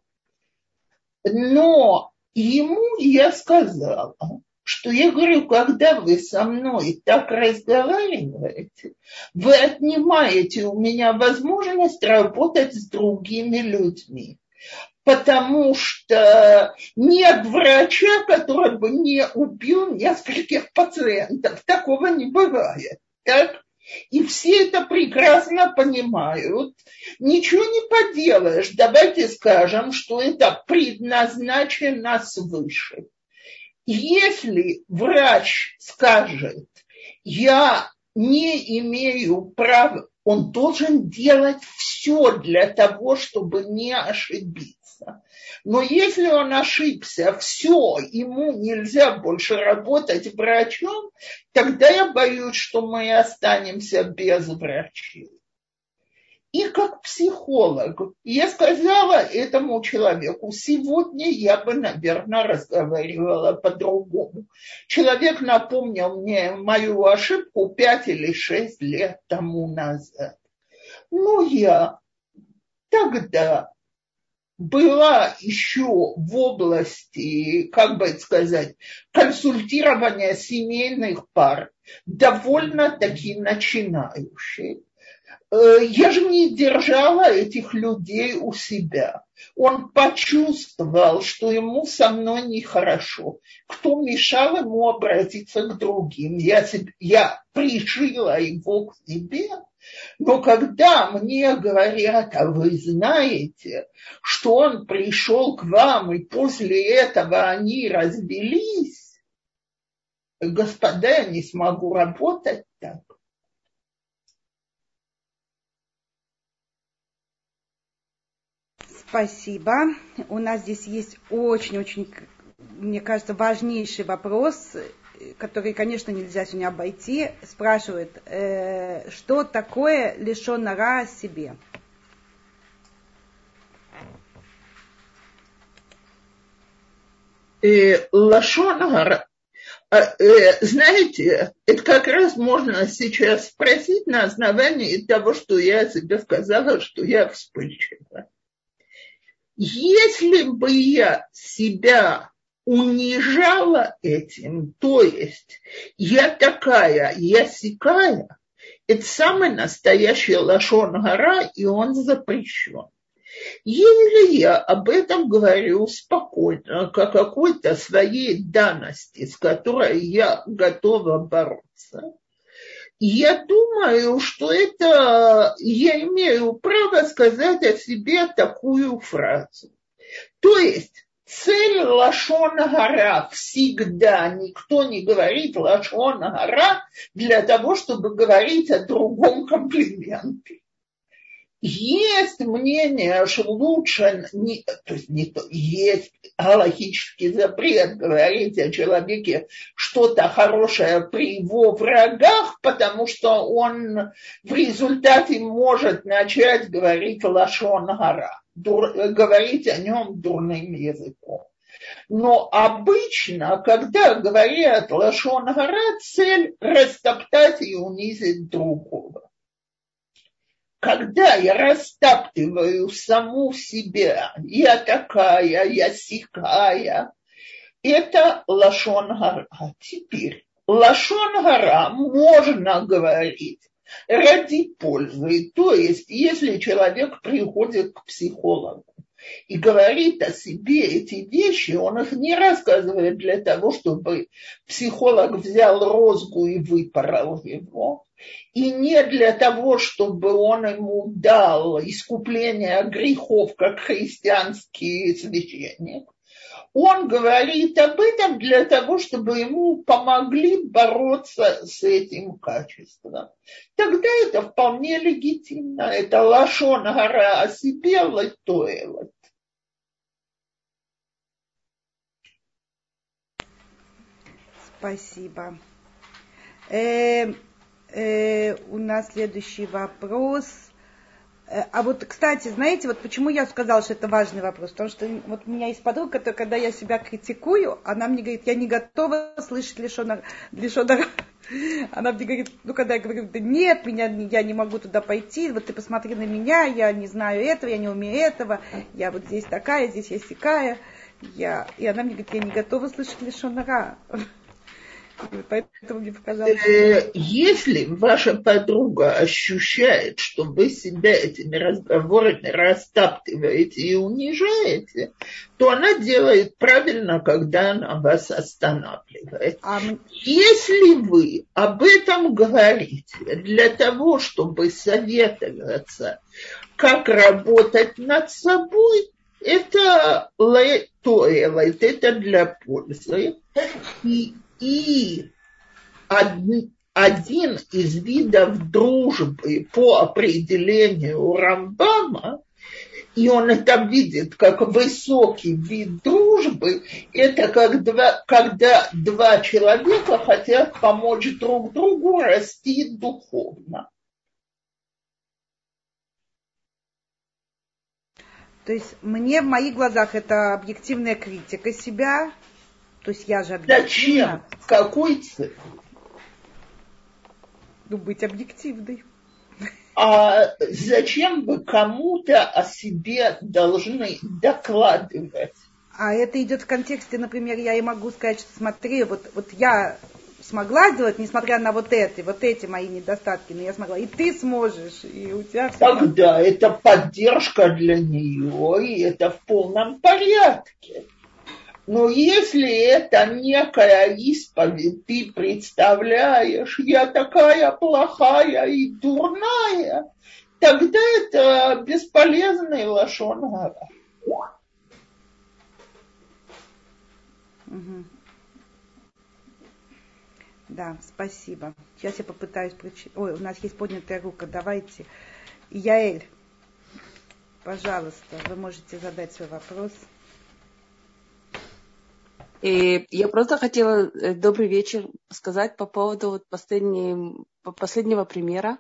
Но ему я сказала, что я говорю, когда вы со мной так разговариваете, вы отнимаете у меня возможность работать с другими людьми. Потому что нет врача, который бы не убил нескольких пациентов. Такого не бывает. Так? И все это прекрасно понимают. Ничего не поделаешь. Давайте скажем, что это предназначено свыше. Если врач скажет, я не имею права, он должен делать все для того, чтобы не ошибиться. Но если он ошибся, все, ему нельзя больше работать врачом, тогда я боюсь, что мы останемся без врачей. И как психолог я сказала этому человеку, сегодня я бы, наверное, разговаривала по-другому. Человек напомнил мне мою ошибку пять или шесть лет тому назад. Но я тогда была еще в области, как бы сказать, консультирования семейных пар, довольно-таки начинающей. Я же не держала этих людей у себя. Он почувствовал, что ему со мной нехорошо. Кто мешал ему обратиться к другим? Я, я пришила его к себе. Но когда мне говорят, а вы знаете, что он пришел к вам, и после этого они развелись, господа, я не смогу работать так. Спасибо. У нас здесь есть очень-очень, мне кажется, важнейший вопрос, который, конечно, нельзя сегодня обойти. Спрашивает, э, что такое лешон ара о себе? Э, лашон ара. Э, знаете, это как раз можно сейчас спросить на основании того, что я тебе сказала, что я вспыльчива. Если бы я себя унижала этим, то есть я такая, я сякая, это самый настоящий лашон ара, и он запрещен. Если я об этом говорю спокойно, как о какой-то своей данности, с которой я готова бороться, я думаю, что это я имею право сказать о себе такую фразу. То есть цель лашон ара всегда, никто не говорит лашон ара для того, чтобы говорить о другом комплименте. Есть мнение, что лучше, не, то есть не то, есть галахический запрет говорить о человеке что-то хорошее при его врагах, потому что он в результате может начать говорить лашон ара, дур, говорить о нем дурным языком. Но обычно, когда говорят лашон ара, цель растоптать и унизить другого. Когда я растаптываю саму себя, я такая, я сякая, это лашон ара. Теперь лашон ара можно говорить ради пользы. То есть, если человек приходит к психологу и говорит о себе эти вещи, он их не рассказывает для того, чтобы психолог взял розгу и выпорол его. И не для того, чтобы он ему дал искупление грехов, как христианский священник. Он говорит об этом для того, чтобы ему помогли бороться с этим качеством. Тогда это вполне легитимно. Это лашон ара о себе, латоэлот. Спасибо. Э, э, у нас следующий вопрос. А вот, кстати, знаете, вот почему я сказала, что это важный вопрос? Потому что вот у меня есть подруга, которая, когда я себя критикую, она мне говорит, я не готова слышать лишон ара. Она мне говорит, ну, когда я говорю, да нет, меня, я не могу туда пойти, вот ты посмотри на меня, я не знаю этого, я не умею этого, я вот здесь такая, здесь я сякая. Я... И она мне говорит, я не готова слышать лишон ара. Поэтому мне показалось, что... Если ваша подруга ощущает, что вы себя этими разговорами растаптываете и унижаете, то она делает правильно, когда она вас останавливает. А... Если вы об этом говорите для того, чтобы советоваться, как работать над собой, это летоэлэт, это для пользы. И И один, один из видов дружбы по определению Рамбама, и он это видит как высокий вид дружбы, это как два, когда два человека хотят помочь друг другу расти духовно. То есть мне в моих глазах это объективная критика себя. То есть я же объективна. Зачем? С какой целью? Ну, быть объективной. А зачем вы кому-то о себе должны докладывать? А это идет в контексте, например, я и могу сказать, что смотри, вот, вот я смогла сделать, несмотря на вот это, вот эти мои недостатки, но я смогла, и ты сможешь, и у тебя все. Тогда это поддержка для нее, и это в полном порядке. Но если это некая исповедь, ты представляешь, я такая плохая и дурная, тогда это бесполезный лашон ара. Угу. Да, спасибо. Сейчас я попытаюсь прочитать. Ой, у нас есть поднятая рука. Давайте. Яэль, пожалуйста, вы можете задать свой вопрос. И я просто хотела добрый вечер сказать по поводу вот последней, последнего примера,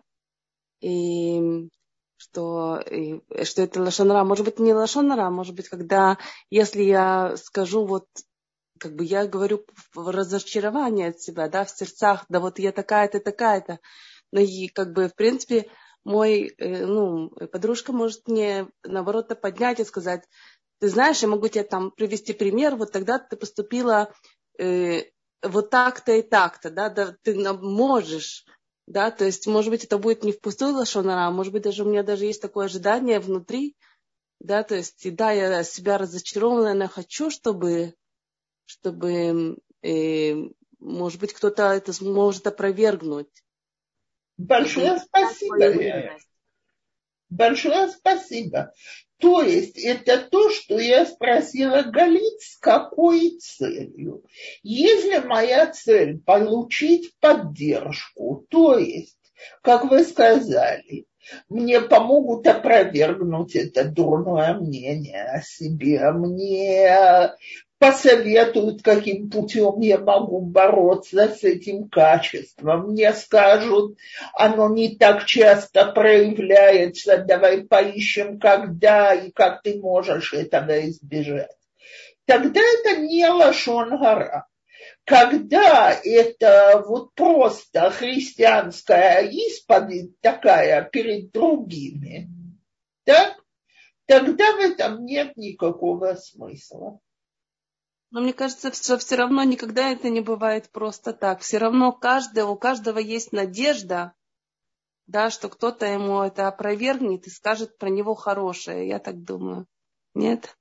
и что, и, что это лашон ара. Может быть, не лашон ара, может быть, когда, если я скажу, вот, как бы я говорю в разочаровании от себя, да, в сердцах, да вот я такая-то, такая-то, но и как бы, в принципе, мой, ну, подружка может мне, наоборот, поднять и сказать, ты знаешь, я могу тебе там привести пример, вот тогда ты поступила э, вот так-то и так-то, да, да, ты можешь, да, то есть, может быть, это будет не впустую лашон ара, а может быть, даже у меня даже есть такое ожидание внутри, да, то есть, и да, я себя разочарована, но хочу, чтобы, чтобы, э, может быть, кто-то это сможет опровергнуть. Большое спасибо. Большое спасибо. То есть это то, что я спросила Галит, с какой целью. Если моя цель получить поддержку, то есть, как вы сказали, мне помогут опровергнуть это дурное мнение о себе, мне посоветуют, каким путем я могу бороться с этим качеством. Мне скажут, оно не так часто проявляется, давай поищем, когда и как ты можешь этого избежать. Тогда это не лашон ара. Когда это вот просто христианская исповедь такая перед другими, да, тогда в этом нет никакого смысла. Но мне кажется, что все равно никогда это не бывает просто так. Все равно каждый, у каждого есть надежда, да, что кто-то ему это опровергнет и скажет про него хорошее. Я так думаю. Нет?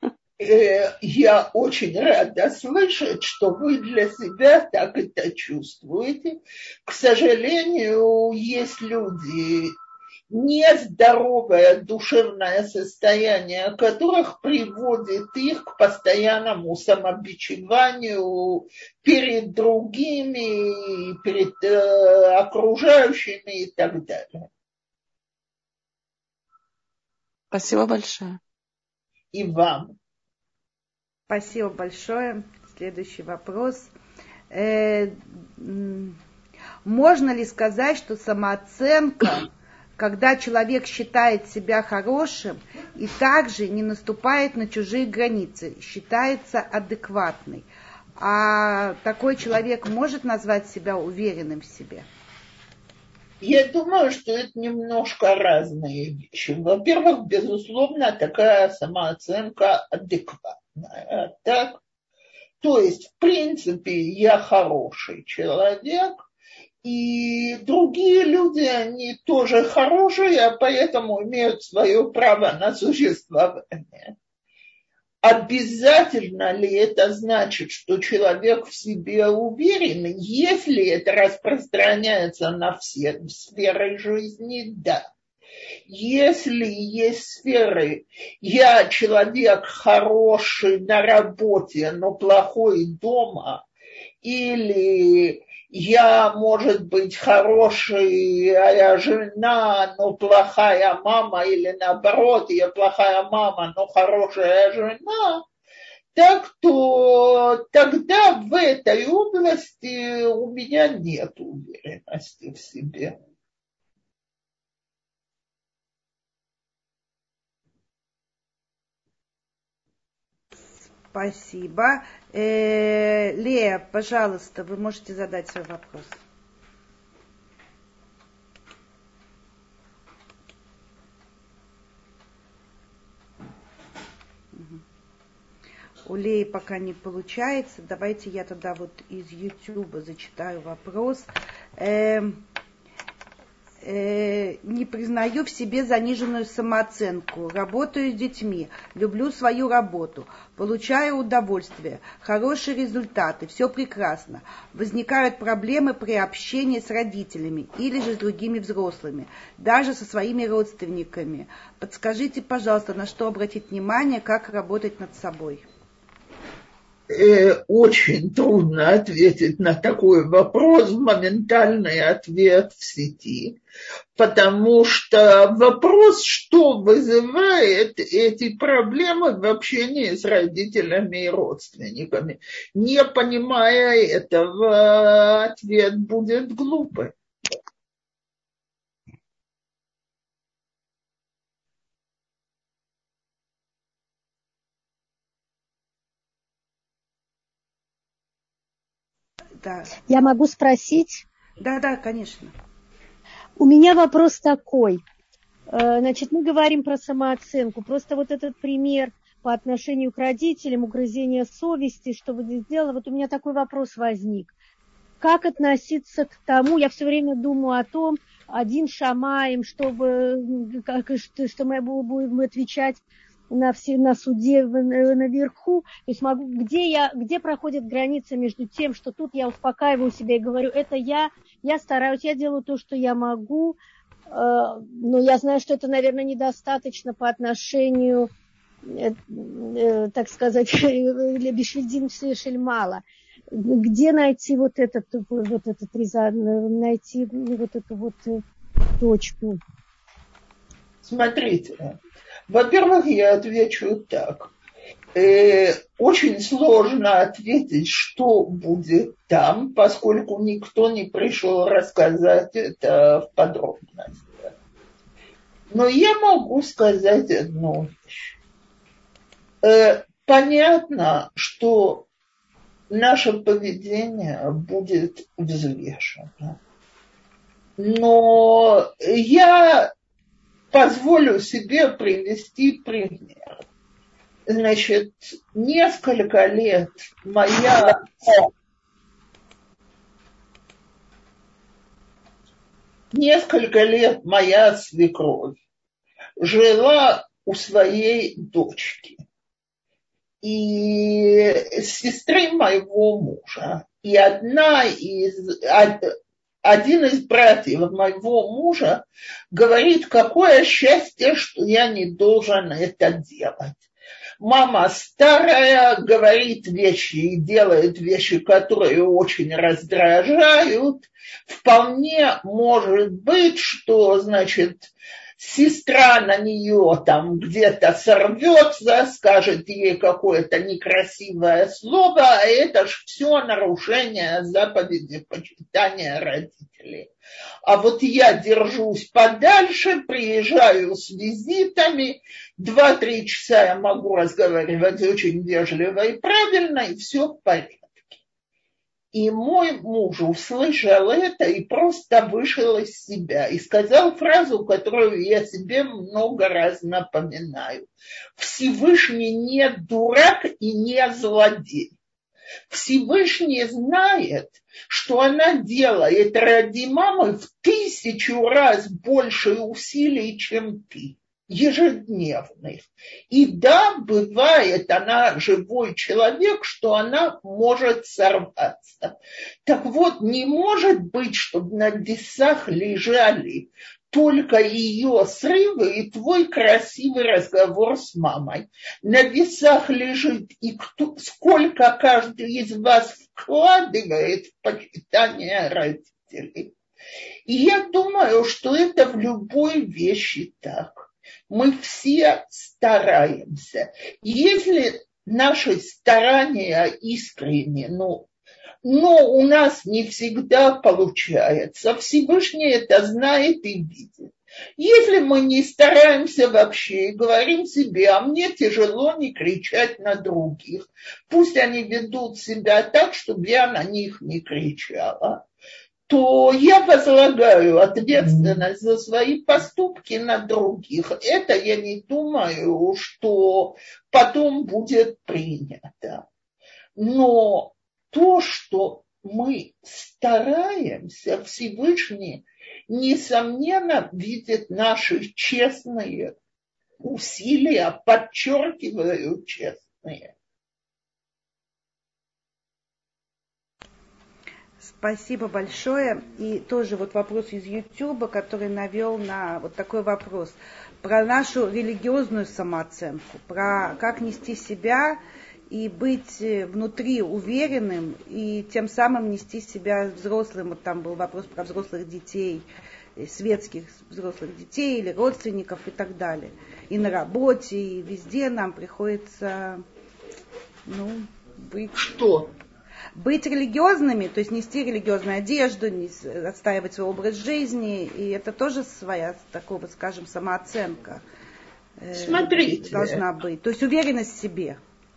Я очень рада слышать, что вы для себя так это чувствуете. К сожалению, есть люди, нездоровое душевное состояние которых приводит их к постоянному самобичеванию перед другими, перед э, окружающими и так далее. Спасибо большое. И вам. Спасибо большое. Следующий вопрос. Э, можно ли сказать, что самооценка когда человек считает себя хорошим и также не наступает на чужие границы, считается адекватной. А такой человек может назвать себя уверенным в себе? Я думаю, что это немножко разные вещи. Во-первых, безусловно, такая самооценка адекватная. Так? То есть, в принципе, я хороший человек, и другие люди, они тоже хорошие, а поэтому имеют свое право на существование. Обязательно ли это значит, что человек в себе уверен? Если это распространяется на все сферы жизни, да. Если есть сферы, я человек хороший на работе, но плохой дома, или я, может быть, хорошая жена, но плохая мама, или наоборот, я плохая мама, но хорошая жена, так то тогда в этой области у меня нет уверенности в себе. Спасибо. Э, Лея, пожалуйста, вы можете задать свой вопрос. У Леи пока не получается. Давайте я тогда вот из Ютуба зачитаю вопрос. Э, э, не признаю в себе заниженную самооценку. Работаю с детьми. Люблю свою работу. Получаю удовольствие. Хорошие результаты. Все прекрасно. Возникают проблемы при общении с родителями или же с другими взрослыми. Даже со своими родственниками. Подскажите, пожалуйста, на что обратить внимание, как работать над собой? Очень трудно ответить на такой вопрос, моментальный ответ в сети, потому что вопрос, что вызывает эти проблемы в общении с родителями и родственниками. Не понимая этого, ответ будет глупый. Да. Я могу спросить? Да, да, конечно. У меня вопрос такой. Значит, мы говорим про самооценку. Просто вот этот пример по отношению к родителям, угрызение совести, что вы здесь сделали, вот у меня такой вопрос возник. Как относиться к тому, я все время думаю о том, один шамаем, чтобы, как, что мы будем отвечать на, все, на суде наверху, то есть могу, где, я, где проходит граница между тем, что тут я успокаиваю себя и говорю, это я, я стараюсь, я делаю то, что я могу, э, но я знаю, что это, наверное, недостаточно по отношению, э, э, так сказать, Бишвильдин Шельмала. Где найти вот этот, вот этот найти вот эту вот точку? Смотрите. Во-первых, я отвечу так. Э, очень сложно ответить, что будет там, поскольку никто не пришел рассказать это в подробностях. Но я могу сказать одну вещь. Э, понятно, что наше поведение будет взвешено. Но я позволю себе привести пример. Значит, несколько лет моя... Несколько лет моя свекровь жила у своей дочки. И сестры моего мужа. И одна из... Один из братьев моего мужа говорит, какое счастье, что я не должен это делать. Мама старая, говорит вещи и делает вещи, которые очень раздражают. Вполне может быть, что, значит, сестра на нее там где-то сорвется, скажет ей какое-то некрасивое слово, а это ж все нарушение заповеди почитания родителей. А вот я держусь подальше, приезжаю с визитами, два-три часа я могу разговаривать очень вежливо и правильно, и все в порядке. И мой муж услышал это и просто вышел из себя и сказал фразу, которую я себе много раз напоминаю. Всевышний не дурак и не злодей. Всевышний знает, что она делает ради мамы в тысячу раз больше усилий, чем ты. Ежедневных. И да, бывает, она живой человек, что она может сорваться. Так вот, не может быть, чтобы на весах лежали только ее срывы и твой красивый разговор с мамой. На весах лежит и кто, сколько каждый из вас вкладывает в почитание родителей. И я думаю, что это в любой вещи так. Мы все стараемся. Если наши старания искренне, но, но у нас не всегда получается, Всевышний это знает и видит. Если мы не стараемся вообще и говорим себе, а мне тяжело не кричать на других, пусть они ведут себя так, чтобы я на них не кричала, то я возлагаю ответственность за свои поступки на других. Это я не думаю, что потом будет принято. Но то, что мы стараемся, Всевышний, несомненно, видит наши честные усилия, подчеркиваю, честные. Спасибо большое. И тоже вот вопрос из Ютуба, который навел на вот такой вопрос. Про нашу религиозную самооценку, про как нести себя и быть внутри уверенным, и тем самым нести себя взрослым. Вот там был вопрос про взрослых детей, светских взрослых детей или родственников и так далее. И на работе, и везде нам приходится, ну, быть... Что? Быть религиозными, то есть нести религиозную одежду, отстаивать свой образ жизни, и это тоже своя, такого, скажем, самооценка. Смотрите. Должна быть. То есть уверенность в себе.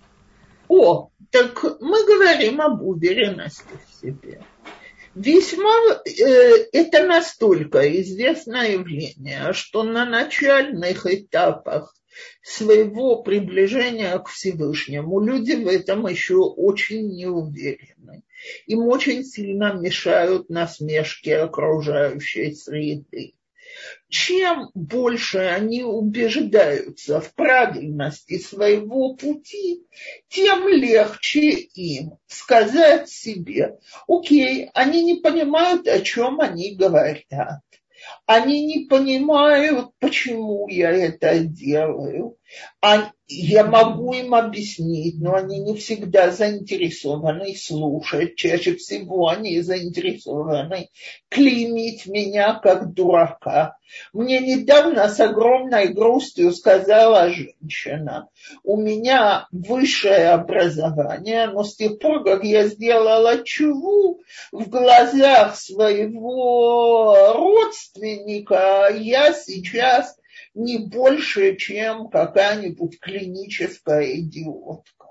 О, так мы говорим об уверенности в себе. Весьма э, это настолько известное явление, что на начальных этапах своего приближения к Всевышнему люди в этом еще очень не уверены. Им очень сильно мешают насмешки окружающей среды. Чем больше они убеждаются в правильности своего пути, тем легче им сказать себе: окей, они не понимают, о чем они говорят. Они не понимают, почему я это делаю. А я могу им объяснить, но они не всегда заинтересованы слушать. Чаще всего они заинтересованы клеймить меня как дурака. Мне недавно с огромной грустью сказала женщина: у меня высшее образование, но с тех пор, как я сделала чуву, в глазах своего родственника я сейчас не больше, чем какая-нибудь клиническая идиотка.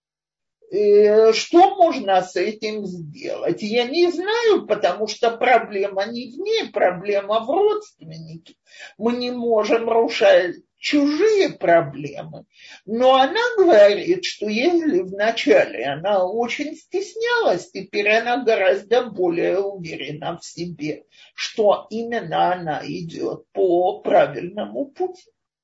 И что можно с этим сделать? Я не знаю, потому что проблема не в ней, проблема в родственнике. Мы не можем решать чужие проблемы. Но она говорит, что если вначале она очень стеснялась, теперь она гораздо более уверена в себе, что именно она идет по правильному пути.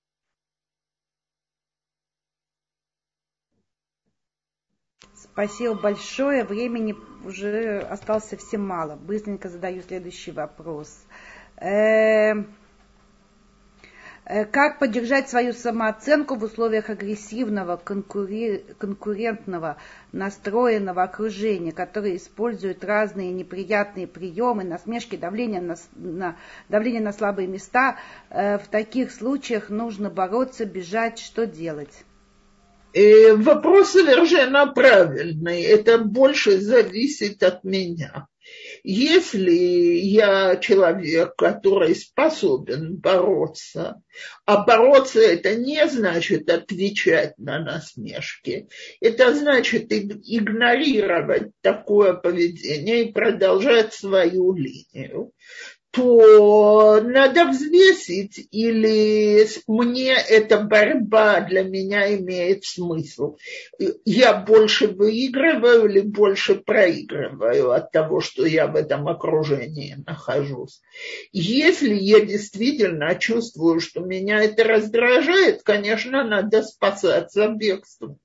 Спасибо большое. Времени уже осталось совсем мало. Быстренько задаю следующий вопрос. Как поддержать свою самооценку в условиях агрессивного, конкури... конкурентного, настроенного окружения, которое использует разные неприятные приемы, насмешки, давление на, на, давление на слабые места. В таких случаях нужно бороться, бежать, что делать? Вопрос совершенно правильный. Это больше зависит от меня. Если я человек, который способен бороться, а бороться это не значит отвечать на насмешки, это значит игнорировать такое поведение и продолжать свою линию, то надо взвесить, или мне эта борьба для меня имеет смысл. Я больше выигрываю или больше проигрываю от того, что я в этом окружении нахожусь. Если я действительно чувствую, что меня это раздражает, конечно, надо спасаться бегством.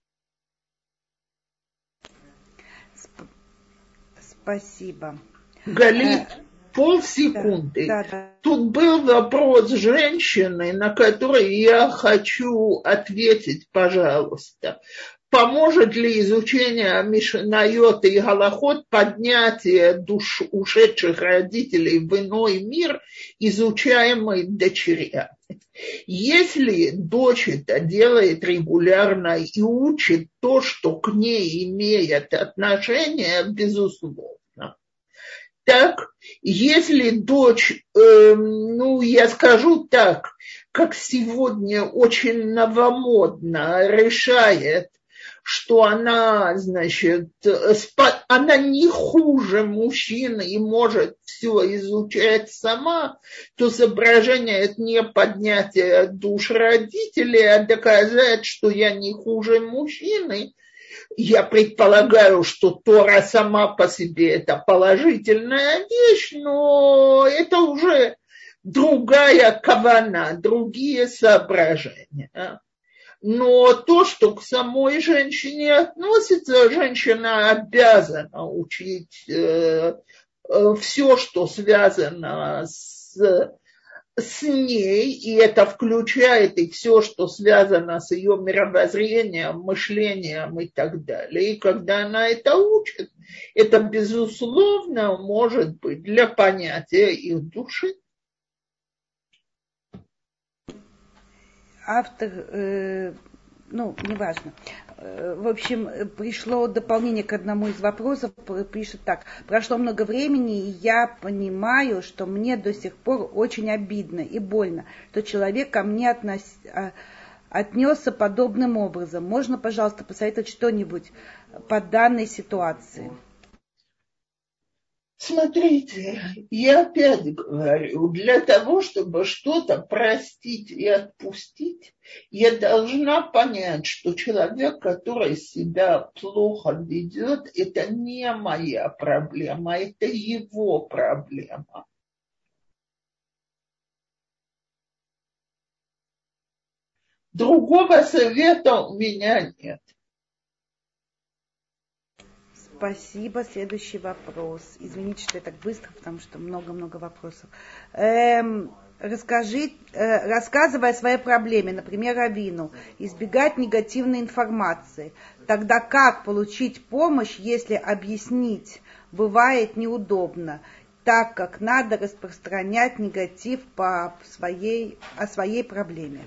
Спасибо. Галит. Полсекунды. Да, да, да. Тут был вопрос женщины, на который я хочу ответить, пожалуйста. Поможет ли изучение Мишнайот и Галахот поднятие душ ушедших родителей в иной мир, изучаемый дочерями? Если дочь это делает регулярно и учит то, что к ней имеет отношение, безусловно. Так, если дочь, э, ну, я скажу так, как сегодня очень новомодно решает, что она, значит, спа- она не хуже мужчины и может все изучать сама, то соображение это не поднятие душ родителей, а доказать, что я не хуже мужчины. Я предполагаю, что Тора сама по себе это положительная вещь, но это уже другая кавана, другие соображения. Но то, что к самой женщине относится, женщина обязана учить э, э, все, что связано с... с ней, и это включает и все, что связано с ее мировоззрением, мышлением и так далее. И когда она это учит, это, безусловно, может быть для понятия их души. Автор, э, ну, неважно. В общем, пришло дополнение к одному из вопросов, пишет так. Прошло много времени, и я понимаю, что мне до сих пор очень обидно и больно, что человек ко мне относ... отнесся подобным образом. Можно, пожалуйста, посоветовать что-нибудь по данной ситуации? Смотрите, я опять говорю, для того, чтобы что-то простить и отпустить, я должна понять, что человек, который себя плохо ведет, это не моя проблема, это его проблема. Другого совета у меня нет. Спасибо. Следующий вопрос. Извините, что я так быстро, потому что много-много вопросов. Эм, расскажи, э, рассказывая о своей проблеме, например, раввину, избегать негативной информации. Тогда как получить помощь, если объяснить бывает неудобно, так как надо распространять негатив по своей, о своей проблеме?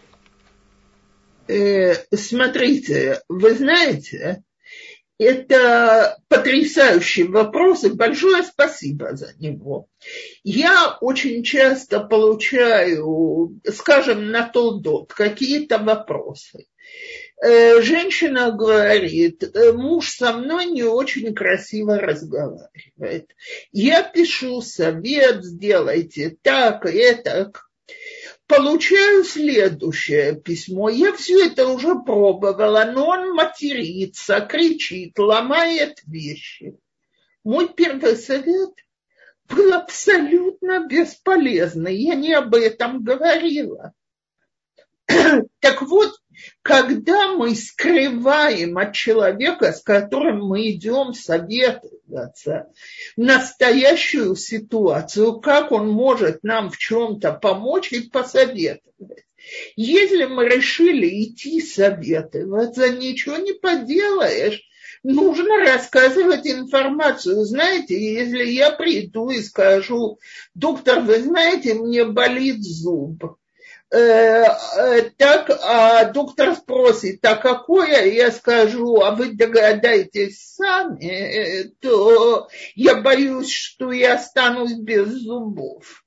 Э, смотрите, вы знаете... Это потрясающий вопрос, и большое спасибо за него. Я очень часто получаю, скажем, на толдот какие-то вопросы. Женщина говорит, муж со мной не очень красиво разговаривает. Я пишу совет, сделайте так и так. Получаю следующее письмо. Я все это уже пробовала, но он матерится, кричит, ломает вещи. Мой первый совет был абсолютно бесполезный. Я не об этом говорила. Так вот, Когда мы скрываем от человека, с которым мы идем советоваться, настоящую ситуацию, как он может нам в чем-то помочь и посоветовать. Если мы решили идти советоваться, ничего не поделаешь. Нужно рассказывать информацию. Знаете, если я приду и скажу: доктор, вы знаете, мне болит зуб. Э, э, так, а доктор спросит: а какое? Я скажу: а вы догадаетесь сами, э, то я боюсь, что я останусь без зубов.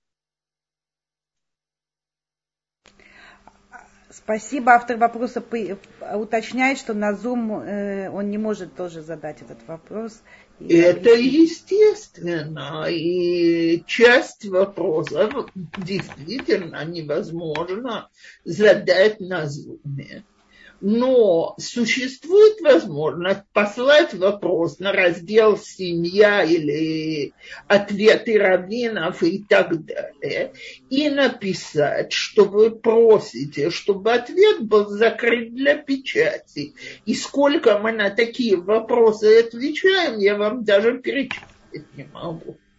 Спасибо. Автор вопроса уточняет, что на Zoom э, он не может тоже задать этот вопрос. И это естественно. И часть вопросов действительно невозможно задать на Zoom. Но существует возможность послать вопрос на раздел «Семья» или «Ответы раввинов» и так далее, и написать, что вы просите, чтобы ответ был закрыт для печати. И сколько мы на такие вопросы отвечаем, я вам даже перечислить не могу.